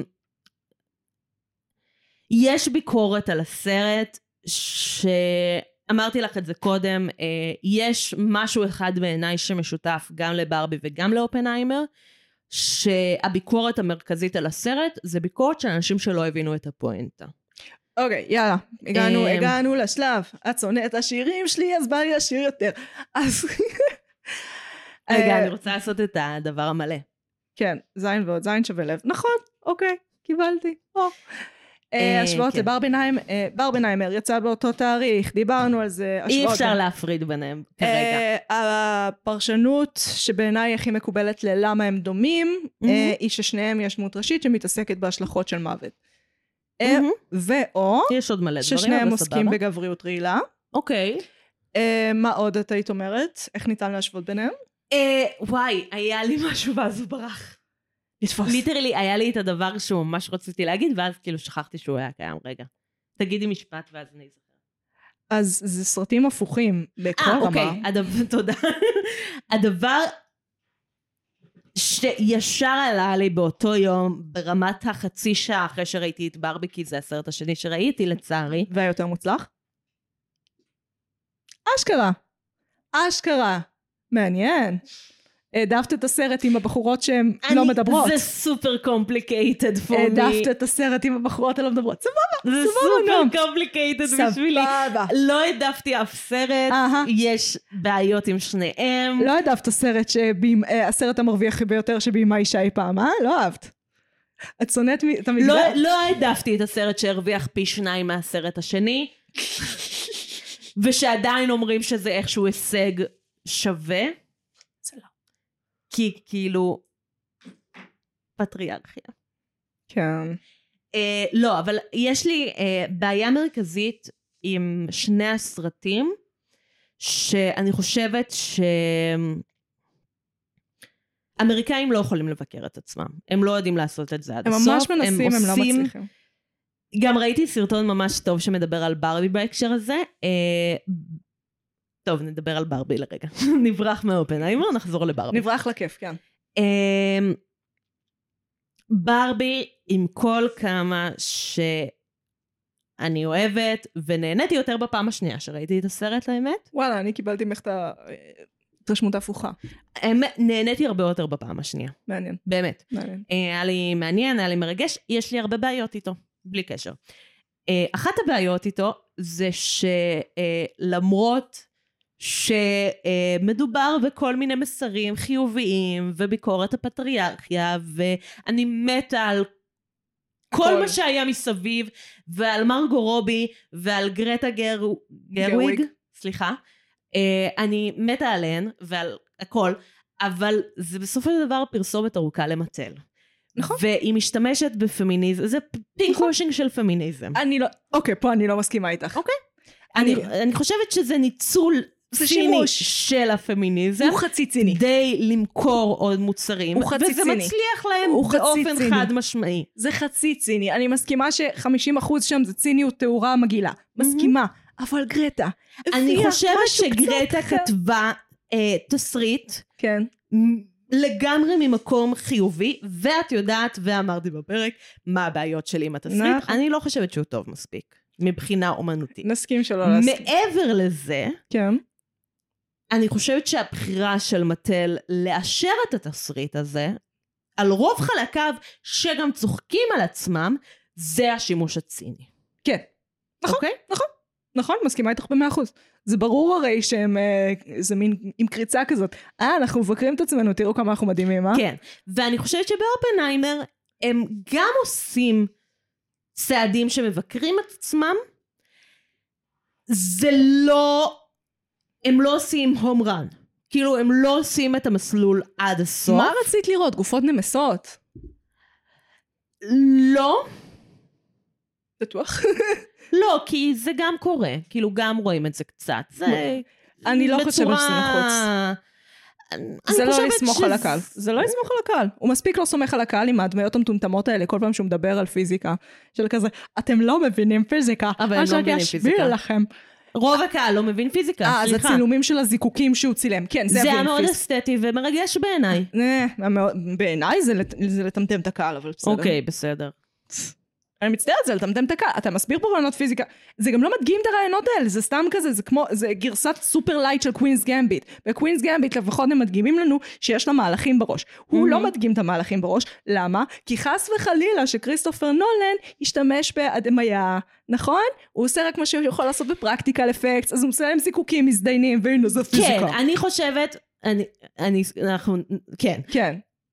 יש ביקורת על הסרט, שאמרתי לך את זה קודם, יש משהו אחד בעיניי שמשותף גם לברבי וגם לאופנהיימר, שהביקורת המרכזית על הסרט זה ביקורת של אנשים שלא הבינו את הפואנטה. אוקיי, יאללה, הגענו לשלב, את שונאת השירים שלי, אז בא לי לשיר יותר. אז... רגע, אני רוצה לעשות את הדבר המלא. כן, זין ועוד זין שווה לב. נכון, אוקיי, קיבלתי. השוואות לברבנהיימר יצא באותו תאריך, דיברנו על זה. אי אפשר להפריד ביניהם כרגע. הפרשנות שבעיניי הכי מקובלת ללמה הם דומים, היא ששניהם יש דמות ראשית שמתעסקת בהשלכות של מוות. ואו, יש עוד מלא דברים, ששניהם עוסקים בגבריות רעילה. אוקיי. מה עוד את היית אומרת? איך ניתן להשוות ביניהם? וואי, היה לי משהו ואז הוא ברח. לתפוס. ליטרלי, היה לי את הדבר שממש רציתי להגיד, ואז כאילו שכחתי שהוא היה קיים. רגע. תגידי משפט ואז אני אזכר. אז זה סרטים הפוכים בכל רמה. אוקיי, תודה. הדבר שישר עלה לי באותו יום, ברמת החצי שעה אחרי שראיתי את ברבי, כי זה הסרט השני שראיתי לצערי. והיותר מוצלח? אשכרה. מעניין. העדפת את הסרט עם הבחורות שהן לא מדברות. זה סופר קומפליקייטד פור מי. העדפת את הסרט עם הבחורות הלא מדברות. סבבה. זה סופר קומפליקייטד בשבילי. סבבה. לא העדפתי אף סרט, יש בעיות עם שניהם. לא העדפת סרט הסרט המרוויח ביותר שביימה אישה אי פעם, לא אהבת. את שונאת את המגזר? לא העדפתי את הסרט שהרוויח פי 2 מהסרט השני, ושעדיין אומרים שזה איכשהו הישג שווה. זה לא. כי כאילו פטריארכיה. כן. לא, אבל יש לי בעיה מרכזית עם שני הסרטים, שאני חושבת אמריקאים לא יכולים לבקר את עצמם. הם לא יודעים לעשות את זה עד הסוף. הם ממש מנסים, הם לא מצליחים. גם ראיתי סרטון ממש טוב שמדבר על ברבי בהקשר הזה. טוב, נדבר על ברבי לרגע. נברח מאופנהיימר, נחזור לברבי. נברח לכיף, כן. ברבי, עם כל כמה שאני אוהבת, ונהניתי יותר בפעם השנייה שראיתי את הסרט, לאמת. וואלה, אני קיבלתי ממך את התרשמות ההפוכה. נהניתי הרבה יותר בפעם השנייה. מעניין. באמת. מעניין. היה לי מעניין, היה לי מרגש, יש לי הרבה בעיות איתו, בלי קשר. אחת הבעיות איתו, זה שלמרות שמדובר בכל מיני מסרים חיוביים, וביקורת הפטריארכיה, ואני מתה על כל מה שהיה מסביב, ועל מרגו רובי, ועל גרטה גרוויג, סליחה, אני מתה עליהן, ועל הכל, אבל זה בסופו של דבר פרסומת ארוכה למטל. נכון. והיא משתמשת בפמיניזם, זה פינק וושינג של פמיניזם. אני לא, אוקיי, פה אני לא מסכימה איתך. אוקיי. אני חושבת שזה ניצול ציני של הפמיניזם. הוא חצי ציני. די למכור עוד מוצרים. הוא חצי ציני. וזה מצליח להם באופן חד משמעי. זה חצי ציני. אני מסכימה ש50% שם זה ציניות תאורה מגעילה. מסכימה. אבל גרטה. אני הביאה חושבת משהו קצת שגרטה אחר. כתבה תסריט כן. לגמרי ממקום חיובי, ואת יודעת, ואמרתי בפרק, מה הבעיות שלי עם התסריט. נכון. אני לא חושבת שהוא טוב מספיק, מבחינה אומנותית. נסכים שלא להסכים. מעבר לזה, כן. אני חושבת שהבחירה של מטל לאשר את התסריט הזה, על רוב חלקיו שגם צוחקים על עצמם, זה השימוש הציני. כן. נכון, אוקיי? נכון, מסכימה איתך ב100%. זה ברור הרי שהם, זה מין עם קריצה כזאת. אנחנו מבקרים את עצמנו, תראו כמה אנחנו מדהימים, אה? כן, ואני חושבת שבאופנהיימר הם גם עושים צעדים שמבקרים את עצמם, זה לא, הם לא עושים הום רן. כאילו הם לא עושים את המסלול עד הסוף. מה רצית לראות? גופות נמסות? לא. בטוח. לא, כי זה גם קורה. כאילו גם רואים את זה קצת. זה... אני לא חושבת שזה נחוץ. זה לא לסמוך על הקהל. זה לא לסמוך על הקהל. הוא מספיק לא סומך על הקהל עם הדמיות המטומטמות האלה, כל פעם שהוא מדבר על פיזיקה, של כזה, אתם לא מבינים פיזיקה. אבל הם לא מבינים פיזיקה. לכם. רוב הקהל לא מבין פיזיקה, אז סליחה. הצילומים של הזיקוקים שהוא צילם. כן, זה היה מאוד אסתטי ומרגש בעיניי. בעיניי זה לטמטם את הקהל, אבל בסדר. אוקיי, בסדר. אני מצטערת, זה לטמטם את הקהל, אתה מסביר פה רעיונות פיזיקה, זה גם לא מדגים את הרעיונות האלה, זה סתם כזה, זה גרסת סופר לייט של קווינס גמביט, בקווינס גמביט לפחות הם מדגימים לנו שיש לה מהלכים בראש, הוא לא מדגים את המהלכים בראש, למה? כי חס וחלילה שכריסטופר נולן ישתמש בהדמיה, נכון? הוא עושה רק מה שהוא יכול לעשות בפרקטיקל אפקטס, אז הוא עושה להם זיקוקים מזדיינים, והנה זה פיזיקה. כן, אני חושבת, אנחנו, כן. כן.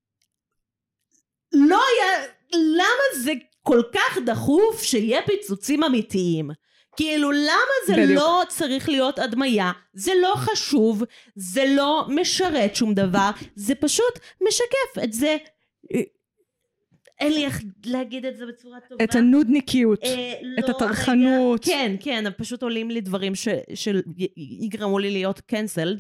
לא היה, למה זה כל כך דחוף שיהיה פיצוצים אמיתיים? כאילו למה זה בדיוק. לא צריך להיות הדמיה? זה לא חשוב, זה לא משרת שום דבר, זה פשוט משקף את זה. אין לי איך להגיד את זה בצורה טובה. את הנודניקיות, לא, את התרחנות. כן, כן, פשוט עולים לי דברים שיגרמו לי להיות cancelled.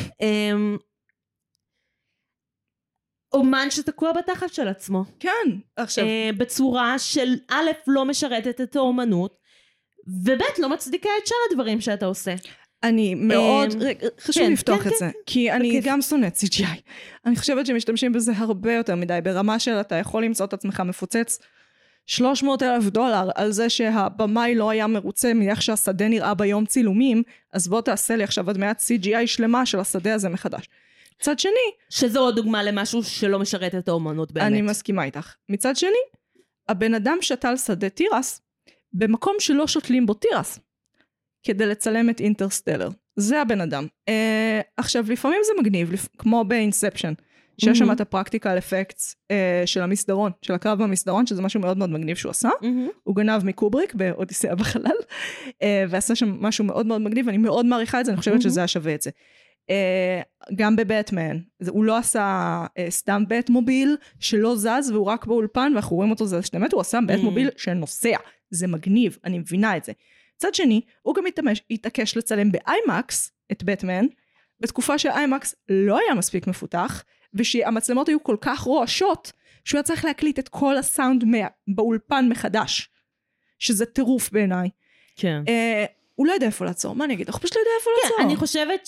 אומן שתקוע בתחת של עצמו. כן, עכשיו. בצורה של א', לא משרתת את האומנות, וב', לא מצדיקה את שאר הדברים שאתה עושה. אני מאוד, חשוב כן, לפתוח כן, את זה, כן. כי אני בכיף. גם שונאת CGI. אני חושבת שמשתמשים בזה הרבה יותר מדי, ברמה של אתה יכול למצוא את עצמך מפוצץ $300,000 על זה שהבמאי לא היה מרוצה מאיך שהשדה נראה ביום צילומים, אז בוא תעשה לי עכשיו הדמיית CGI שלמה של השדה הזה מחדש. מצד שני, שזו עוד דוגמה למשהו שלא משרת את האומנות באמת. אני מסכימה איתך. מצד שני, הבן אדם שתל שדה תירס, במקום שלא שותלים בו תירס, כדי לצלם את אינטרסטלר. זה הבן אדם. עכשיו, לפעמים זה מגניב, כמו באינספשן, שיש שם את הפרקטיקל אפקטס של המסדרון, של הקרב במסדרון, שזה משהו מאוד מאוד מגניב שהוא עשה. הוא גנב מקובריק באודיסיאה בחלל, ועשה שם משהו מאוד מאוד מגניב, ואני מאוד מעריכה את זה, אני חושבת שזה היה שווה את זה. גם בבטמן, הוא לא עשה סתם בית מוביל שלא זז, והוא רק באולפן, ואנחנו רואים אותו, זה באמת, הוא עשה בית מוביל שנוסע. זה מגניב, אני מבינה את זה. צד שני, הוא גם התעקש לצלם באיימקס את בטמן, בתקופה שאיימקס לא היה מספיק מפותח, ושהמצלמות היו כל כך רועשות, שהוא היה צריך להקליט את כל הסאונד באולפן מחדש, שזה טירוף בעיניי. כן. הוא לא יודע איפה לעצור, מה אני אגיד? אנחנו פשוט לא יודע איפה לעצור. כן, אני חושבת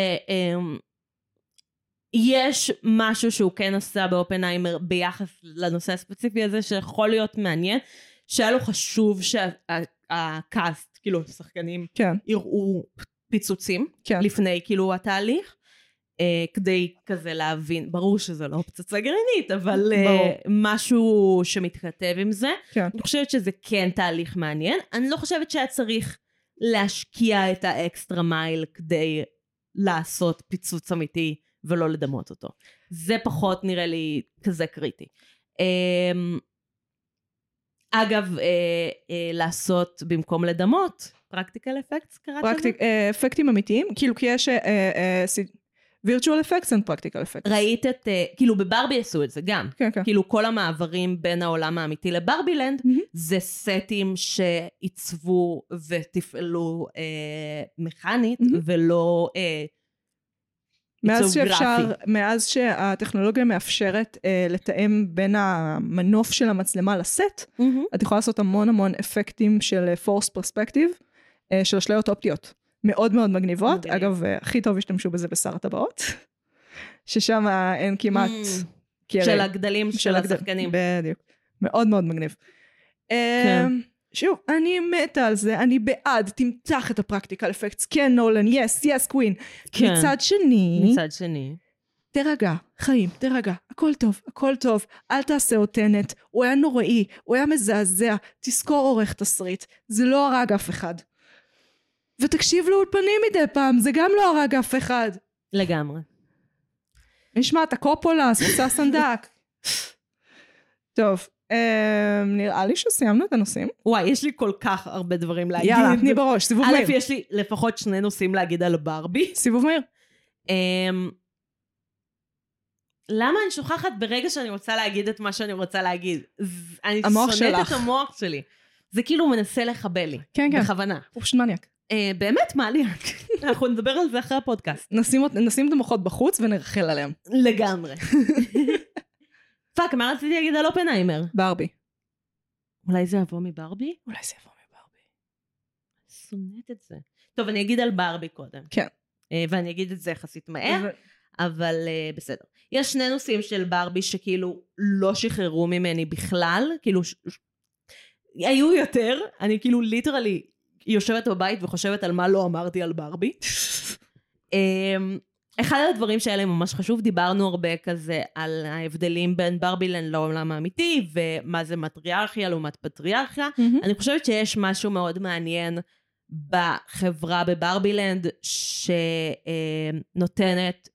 יש משהו שהוא כן עשה באופנהיימר ביחס לנושא הספציפי הזה, שיכול להיות מעניין, שהיה לו חשוב שהקאסט, כאילו השחקנים, יראו פיצוצים לפני כאילו התהליך, כדי כזה להבין, ברור שזה לא פצצה גרעינית, אבל משהו שמתכתב עם זה. אני חושבת שזה כן תהליך מעניין. אני לא חושבת שהיה צריך להשקיע את האקסטרה מייל כדי לעשות פיצוץ אמיתי ולא לדמות אותו. זה פחות נראה לי כזה קריטי. אגב, לעשות במקום לדמות, פרקטיקל אפקטס, קראת לזה? אפקטים אמיתיים, כאילו כי יש virtual effects and practical effects. ראית את, כאילו בברבי עשו את זה גם. כן, כן. כאילו כל המעברים בין העולם האמיתי לברבילנד, זה סטים שעיצבו ותפעלו מכנית, ולא עיצוב גרפי. מאז שהטכנולוגיה מאפשרת לתאם בין המנוף של המצלמה לסט, את יכולה לעשות המון המון אפקטים של force perspective, של אשליות אופטיות. מאוד מאוד מגניבות. מגניב. אגב, הכי טוב השתמשו בזה בשר הטבעות. ששם אין כמעט... של הגדלים של השחקנים. בדיוק. מאוד מאוד מגניב. שוב, אני מתה על זה, אני בעד, תמתח את הפרקטיקל אפקטס, כן נולן, יס קווין. מצד שני, תרגע, חיים, תרגע, הכל טוב, אל תעשה אותנת, הוא היה נוראי, הוא היה מזעזע, תזכור עורך תסריט, זה לא הרג אף אחד. ותקשיב לאולפנים מדי פעם, זה גם לא הרג אף אחד. לגמרי. נשמע, אתה קופולה, עושה סנדק. טוב, נראה לי שסיימנו את הנושאים. וואי, יש לי כל כך הרבה דברים להגיד. יאללה, תני בראש, סיבוב מהיר. יש לי לפחות 2 נושאים להגיד על ברבי. סיבוב מהיר. למה אני שוכחת ברגע שאני רוצה להגיד את מה שאני רוצה להגיד? אני המוח שונאת שלך. את המוח שלי. זה כאילו מנסה לחבל לי. כן. בכוונה. הוא פשוט מניאק. באמת מעליק. אנחנו נדבר על זה אחרי הפודקאסט. נשים את המוחות בחוץ ונרחל עליהם. לגמרי. פאק, מה רציתי להגיד על אופנהיימר? ברבי. אולי זה יבוא מברבי? אולי זה יבוא מברבי. שונאת את זה. טוב, אני אגיד על ברבי קודם. כן. ואני אגיד את זה יחסית מהר, אבל בסדר. יש 2 נושאים של ברבי שכאילו לא שחררו ממני בכלל, כאילו היו יותר, אני כאילו ליטרלי יושבת בבית וחושבת על מה לא אמרתי על ברבי. אחד הדברים שהיה לי ממש חשוב, דיברנו הרבה כזה על ההבדלים בין ברבילנד לעולם האמיתי, ומה זה מטריארכיה לעומת פטריארכיה. אני חושבת שיש משהו מאוד מעניין בחברה בברבילנד, שנותנת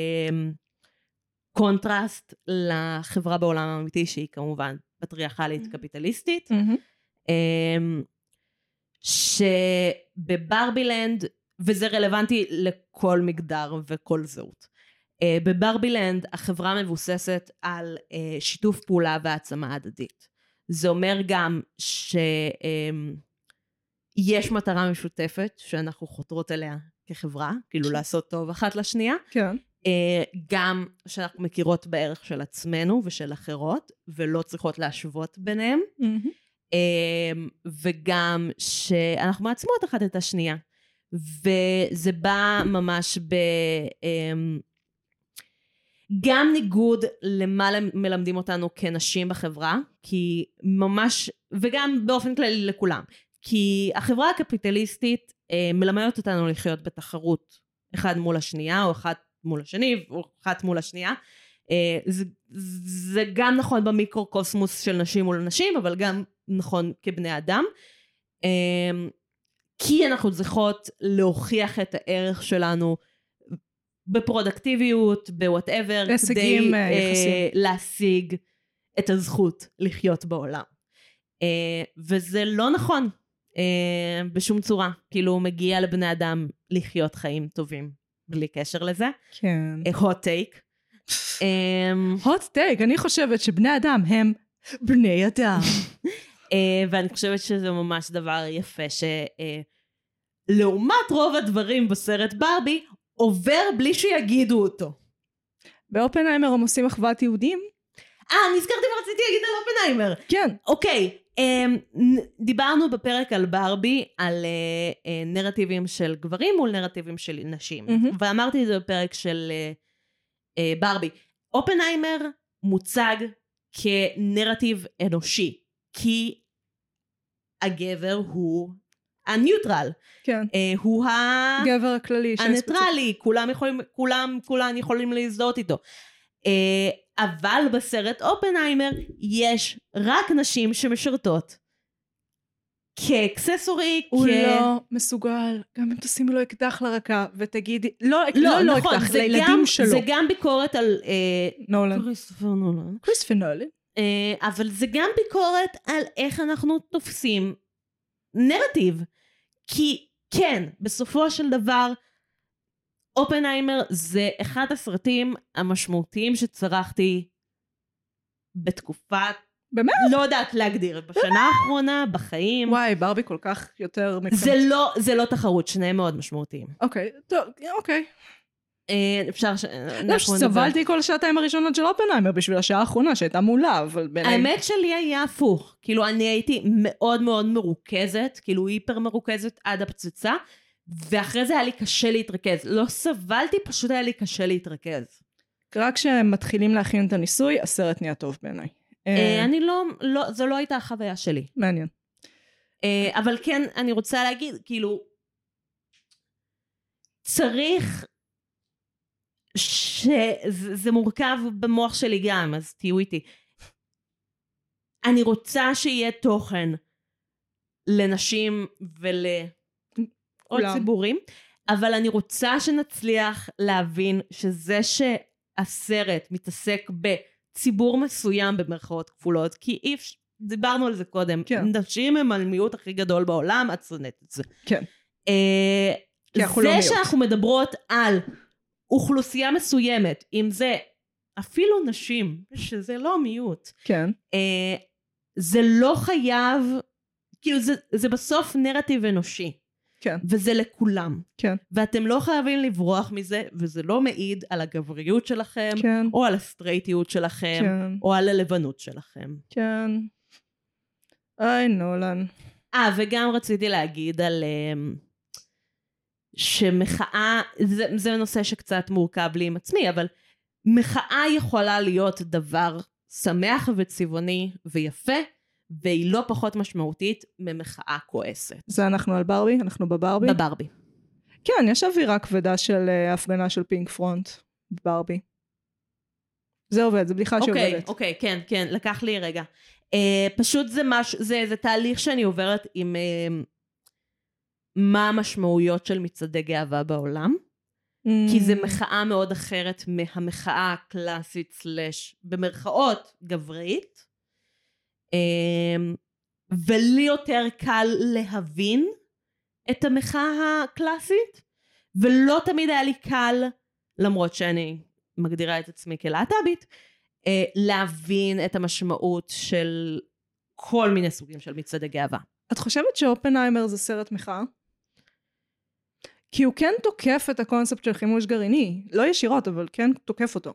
קונטרסט לחברה בעולם האמיתי, שהיא כמובן פטריארכלית קפיטליסטית, שבברבילנד, וזה רלוונטי לכל מגדר וכל זהות. בברבילנד החברה מבוססת על שיתוף פעולה והעצמה הדדית. זה אומר גם שיש מטרה משותפת שאנחנו חותרות אליה כחברה, כאילו לעשות טוב אחת לשנייה. כן. גם שאנחנו מכירות בערך של עצמנו ושל אחרות, ולא צריכות להשוות ביניהם. וגם שאנחנו מעצמות אחת את השנייה. וזה בא ממש גם ניגוד למה מלמדים אותנו כנשים בחברה, כי ממש, וגם באופן כללי לכולם, כי החברה הקפיטליסטית מלמדת אותנו לחיות בתחרות אחד מול השנייה, או אחד מול השני, או אחת מול השנייה. זה גם נכון במיקרוקוסמוס של נשים מול נשים, אבל גם נכון כבני אדם. כי אנחנו צריכות להוכיח את הערך שלנו בפרודקטיביות, בוואטאבר, כדי להשיג את הזכות לחיות בעולם. וזה לא נכון בשום צורה. כאילו מגיע לבני אדם לחיות חיים טובים, בלי קשר לזה. כן. hot take. hot take, אני חושבת שבני אדם הם בני אדם. ואני חושבת שזה ממש דבר יפה לעומת רוב הדברים בסרט ברבי, עובר בלי שיגידו אותו. באופנהיימר הם עושים אחוות יהודים? נזכרתי מה רציתי להגיד על אופנהיימר. כן. אוקיי, דיברנו בפרק על ברבי, על נרטיבים של גברים מול נרטיבים של נשים. ואמרתי את זה בפרק של ברבי. אופנהיימר מוצג כנרטיב אנושי, כי הגבר הוא הניוטרל. כן. הוא הגבר הכללי. הניטרלי, כולם יכולים להזדהות איתו. אבל בסרט אופנהיימר יש רק נשים שמשרתות כאקססורי, הוא לא מסוגל, גם אם תשימי לו אקדח לרקה ותגידי, לא נכון, אקדח, לילדים שלו. זה גם ביקורת על נולן. כריסטופר נולן. אבל זה גם ביקורת על איך אנחנו תופסים נרטיב. כי כן, בסופו של דבר, אופנהיימר זה אחד הסרטים המשמעותיים שצרכתי בתקופת, באמת? לא יודעת להגדיר, בשנה האחרונה, בחיים. וואי, ברבי כל כך יותר זה לא תחרות, שניהם מאוד משמעותיים. אוקיי, טוב, אוקיי. אפשר לא, שסבלתי כל השעתיים הראשונות של אופנהיימר בשביל השעה האחרונה שהייתה מולה, אבל בעיניי... האמת שלי היה הפוך, כאילו אני הייתי מאוד מאוד מרוכזת, כאילו היפר מרוכזת עד הפצצה, ואחרי זה היה לי קשה להתרכז. לא סבלתי, פשוט היה לי קשה להתרכז. רק כשמתחילים להכין את הניסוי, הסרט נהיה טוב בעיניי. אני לא, זו לא הייתה החוויה שלי. מעניין. אבל כן, אני רוצה להגיד, כאילו, צריך שזה מורכב במוח שלי גם, אז תהיו איתי. אני רוצה שיהיה תוכן לנשים ולעוד ציבורים, אבל אני רוצה שנצליח להבין שזה שהסרט מתעסק בציבור מסוים במרכאות כפולות, כי דיברנו על זה קודם, כן. נשים הם המיעוט הכי גדול בעולם, את שונאת את זה. כן. זה לא שאנחנו מדברות על אוכלוסייה מסוימת, אם זה אפילו נשים, שזה לא מיעוט, כן. זה לא חייב, כאילו זה בסוף נרטיב אנושי. כן. וזה לכולם. כן. ואתם לא חייבים לברוח מזה, וזה לא מעיד על הגבריות שלכם, כן. או על הסטרייטיות שלכם, כן. או על הלבנות שלכם. כן. איי, נולן. וגם רציתי להגיד על שמחאה, זה נושא שקצת מורכב לי עם עצמי, אבל מחאה יכולה להיות דבר שמח וצבעוני ויפה, והיא לא פחות משמעותית ממחאה כועסת. זה אנחנו על ברבי? אנחנו בברבי? בברבי. כן, יש אווירה כבדה של הפגנה של פינק פרונט בברבי. זה עובד, זה בדיחה שעובדת. אוקיי, כן, לקח לי רגע. פשוט זה תהליך שאני עוברת עם מה המשמעויות של מצעדי גאווה בעולם, כי זה מחאה מאוד אחרת מהמחאה הקלאסית סלש במרכאות גברית, ולי יותר קל להבין את המחאה הקלאסית, ולא תמיד היה לי קל, למרות שאני מגדירה את עצמי כלהט"בית, להבין את המשמעות של כל מיני סוגים של מצעדי גאווה. את חושבת שאופנהיימר זה סרט מחאה? כי הוא כן תוקף את הקונספט של חימוש גרעיני, לא ישירות, אבל כן תוקף אותו.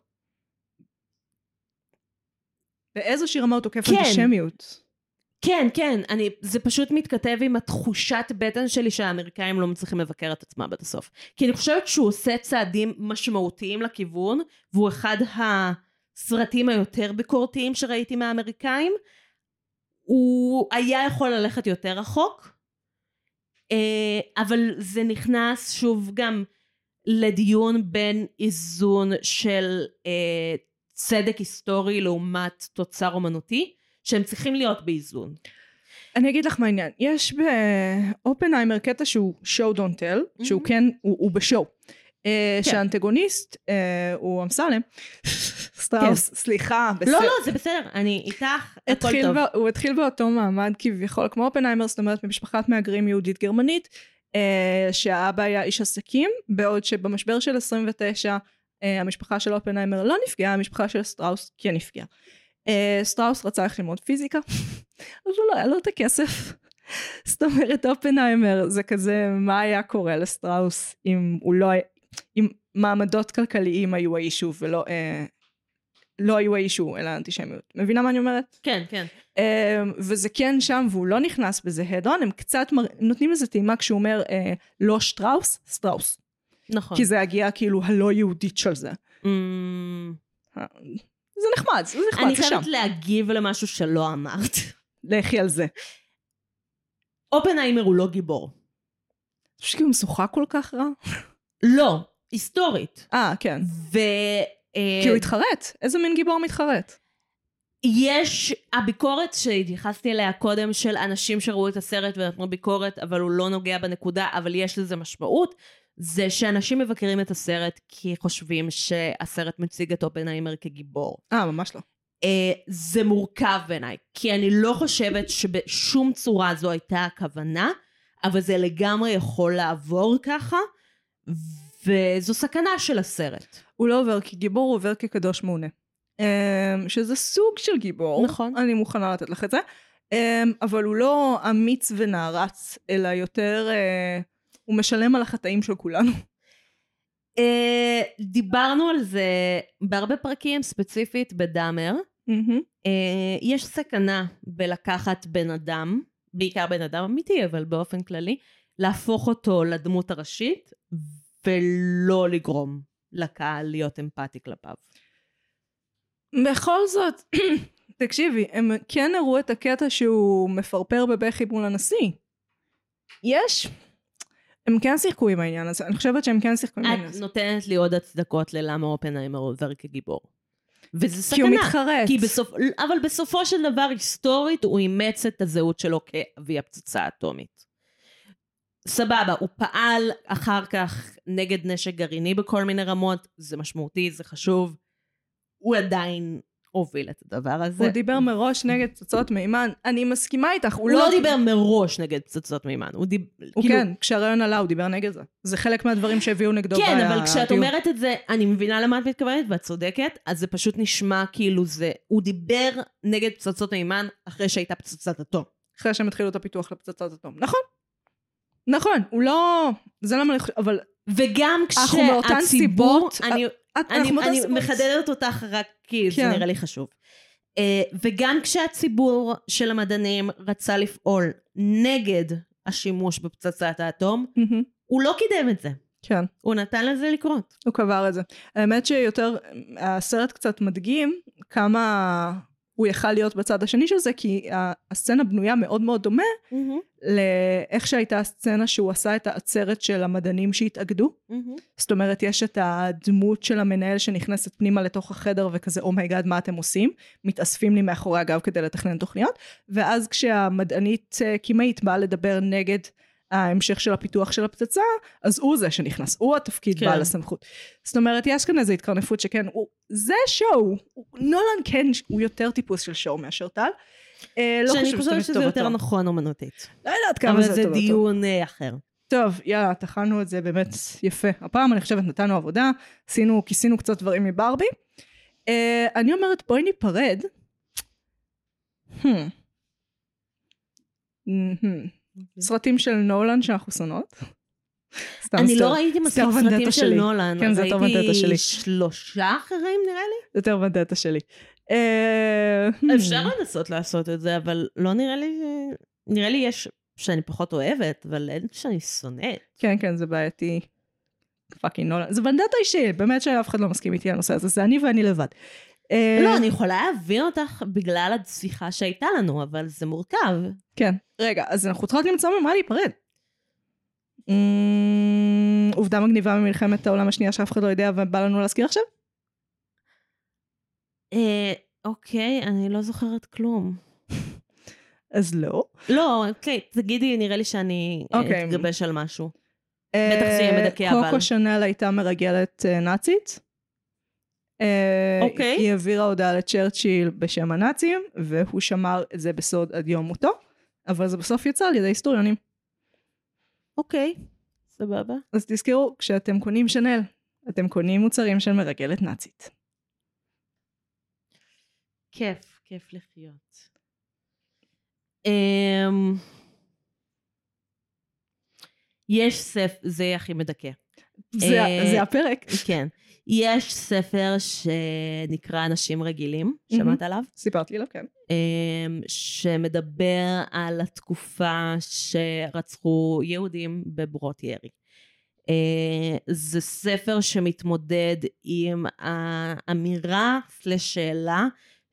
באיזושהי רמה הוא תוקף אנטישמיות. כן, זה פשוט מתכתב עם התחושת בטן שלי שהאמריקאים לא מצליחים לבקר את עצמם עד הסוף. כי אני חושבת שהוא עושה צעדים משמעותיים לכיוון, והוא אחד הסרטים היותר ביקורתיים שראיתי מהאמריקאים. הוא היה יכול ללכת יותר רחוק, אבל זה נכנס שוב גם לדיון בין איזון של צדק היסטורי לעומת תוצר אומנותי, שהם צריכים להיות באיזון. אני אגיד לך מה העניין. יש באופנהיימר קטע שהוא show don't tell, שהוא כן, הוא בשואו. שהאנטגוניסט הוא אמסלם, סטראוס, סליחה. לא, זה בסדר, אני איתך, הכל טוב. הוא התחיל באותו מעמד כביכול, כמו אופנהיימר, זאת אומרת, ממשפחת מהגרים יהודית גרמנית, שהאבא היה איש עסקים, בעוד שבמשבר של 29, המשפחה של אופנהיימר לא נפגעה, המשפחה של סטראוס כן נפגעה. סטראוס רצה איך ללמוד פיזיקה, אבל לא היה לו את הכסף. זאת אומרת, אופנהיימר זה כזה, מה היה קורה לסטראוס אם הוא לא, אם מעמדות כלכליים היו האישו ולא לא היו האישו אלא אנטישמיות. מבינה מה אני אומרת? כן. וזה כן שם והוא לא נכנס בזה הדון, הם קצת נותנים לזה טעימה כשהוא אומר לא שטראוס, סטראוס. נכון. כי זה הגיעה כאילו הלא יהודית של זה. זה נחמד, זה שם. אני חייבת להגיב למשהו שלא אמרת. לכי על זה. אופנהיימר הוא לא גיבור. אני חושב שהוא משוחק כל כך רע. לא, היסטורית. כן. כי הוא התחרט. איזה מין גיבור מתחרט? יש הביקורת שהתייחסתי אליה קודם של אנשים שראו את הסרט ונתנו ביקורת, אבל הוא לא נוגע בנקודה, אבל יש לזה משמעות. זה שאנשים מבקרים את הסרט כי חושבים שהסרט מציג את אופנהיימר כגיבור. ממש לא. זה מורכב בעיניי, כי אני לא חושבת שבשום צורה זו הייתה הכוונה, אבל זה לגמרי יכול לעבור ככה, וזו סכנה של הסרט. הוא לא עובר כגיבור, הוא עובר כקדוש מעונה. שזה סוג של גיבור. נכון. אני מוכנה לתת לך את זה. אבל הוא לא אמיץ ונערץ, אלא יותר... הוא משלם על החטאים של כולנו. דיברנו על זה בהרבה פרקים, ספציפית בדאמר. יש סכנה בלקחת בן אדם, בעיקר בן אדם אמיתי, אבל באופן כללי, להפוך אותו לדמות הראשית, ולא לגרום לקהל להיות אמפתי כלפיו. בכל זאת, תקשיבי, הם כן הראו את הקטע שהוא מפרפר בבכי מול הנשיא. הם כן שיחקו עם העניין הזה, אני חושבת שהם כן שיחקו עם העניין הזה. את נותנת לי עוד הצדקות ללמה אופנהיימר עובר כגיבור. וזה סכנה. כי הוא מתחרט. אבל בסופו של דבר, היסטורית, הוא אימץ את הזהות שלו כאבי הפצצה האטומית. סבבה, הוא פעל אחר כך נגד נשק גרעיני בכל מיני רמות, זה משמעותי, זה חשוב. הוא עדיין הוביל את הדבר הזה. הוא דיבר מראש נגד פצצות מימן, אני מסכימה איתך. הוא לא דיבר מראש נגד פצצות מימן. הוא כן, כשהרעיון עלה הוא דיבר נגד זה. זה חלק מהדברים שהביאו נגדו. כן, אבל כשאת אומרת את זה, אני מבינה למה את מתכוונת, ואת צודקת, אז זה פשוט נשמע כאילו זה, הוא דיבר נגד פצצות מימן אחרי שהייתה פצצת אטום. אחרי שהם התחילו את הפיתוח לפצצת אטום. נכון, הוא לא, זה למה, אבל וגם כשהציבור, אני מחדדת אותך רק כי זה נראה לי חשוב. וגם כשהציבור של המדענים רצה לפעול נגד השימוש בפצצת האטום, הוא לא קידם את זה. כן. הוא נתן לזה לקרות. הוא קבר את זה. האמת שיותר, הסרט קצת מדגים כמה הוא יכל להיות בצד השני של זה, כי הסצנה בנויה מאוד מאוד דומה לאיך שהייתה הסצנה שהוא עשה את העצרת של המדענים שהתאגדו. זאת אומרת, יש את הדמות של המנהל שנכנסת פנימה לתוך החדר וכזה, אומייגאד, מה אתם עושים? מתאספים לי מאחורי הגב כדי לתכנן תוכניות, ואז כשהמדענית כימאית באה לדבר נגד ההמשך של הפיתוח של הפצצה, אז הוא זה שנכנס, הוא התפקיד בעל הסמכות. זאת אומרת, יש כאן איזו התקרנפות שכן, זה שואו, נולן כן, הוא יותר טיפוס של שואו מאשר טל. שאני חושבת שזה יותר נכון אומנותית. לא יודעת כמה זה אבל זה דיון אחר. טוב, יאללה, תחלנו את זה באמת יפה. הפעם אני חושבת נתנו עבודה, כיסינו קצת דברים מברבי. אני אומרת, בואי ניפרד. סרטים של נולן שאנחנו שונאות. אני לא ראיתי מספיק סרטים של נולן. כן, זה יותר ונדטה שלי. ראיתי 3 אחרים נראה לי. זה יותר ונדטה שלי. אפשר לנסות לעשות את זה, אבל לא נראה לי, נראה לי יש שאני פחות אוהבת, אבל אין שאני שונאת. כן, כן, זה בעייתי. פאקינג נולן. זה ונדטה אישי, באמת שאף אחד לא מסכים איתי על הנושא הזה, זה אני ואני לבד. לא, אני יכולה להבין אותך בגלל השיחה שהייתה לנו, אבל זה מורכב. כן, רגע, אז אנחנו צריכות למצוא ממה להיפרד. עובדה מגניבה ממלחמת העולם השנייה שאף אחד לא יודע ובא לנו להזכיר עכשיו? אוקיי, אני לא זוכרת כלום. אז לא. לא, אוקיי, תגידי, נראה לי שאני אתגבש על משהו. בטח זה יהיה מדכא, אבל. קוקו שנל הייתה מרגלת נאצית. אוקיי. היא העבירה הודעה לצ'רצ'יל בשם הנאצים, והוא שמר את זה בסוד עד יום מותו, אבל זה בסוף יצא על ידי היסטוריונים. אוקיי, סבבה. אז תזכרו, כשאתם קונים שנל, אתם קונים מוצרים של מרגלת נאצית. כיף לחיות. יש ספר, זה הכי מדכא. זה הפרק. כן. יש ספר שנקרא אנשים רגילים, שמעת עליו? סיפרתי לו, כן. שמדבר על התקופה שרצחו יהודים בבורות ירי. זה ספר שמתמודד עם האמירה לשאלה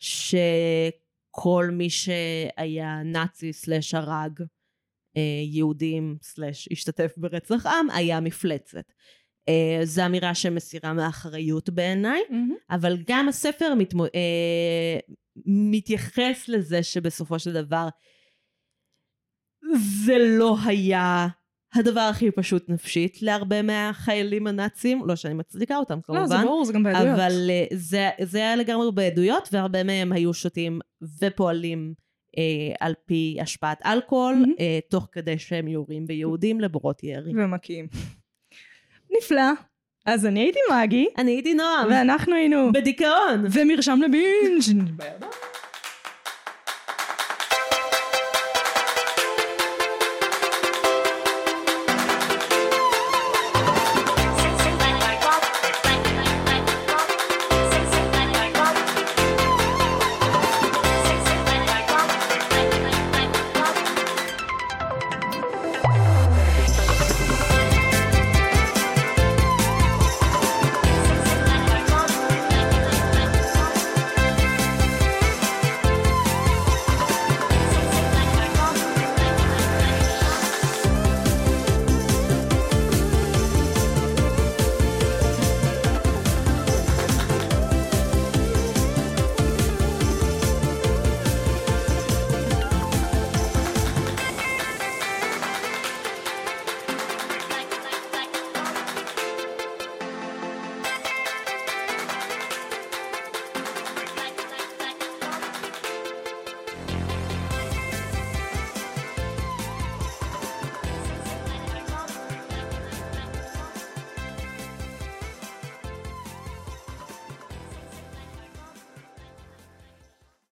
שכל מי שהיה נאצי סלש הרג יהודים סלש השתתף ברצח עם היה מפלצת. זו אמירה שמסירה מאחריות בעיניי, אבל גם הספר מתייחס לזה שבסופו של דבר זה לא היה הדבר הכי פשוט נפשית להרבה מהחיילים הנאצים, לא שאני מצדיקה אותם כמובן. לא, זה ברור, זה גם בעדויות. אבל זה היה לגמרי בעדויות, והרבה מהם היו שותים ופועלים על פי השפעת אלכוהול, תוך כדי שהם יורים ביהודים לבורות ירי. ומקים. נפלא. אז אני הייתי מגי. אני הייתי נועם. ואנחנו היינו בדיכאון. ומרשם לבינג'. ביי ביי.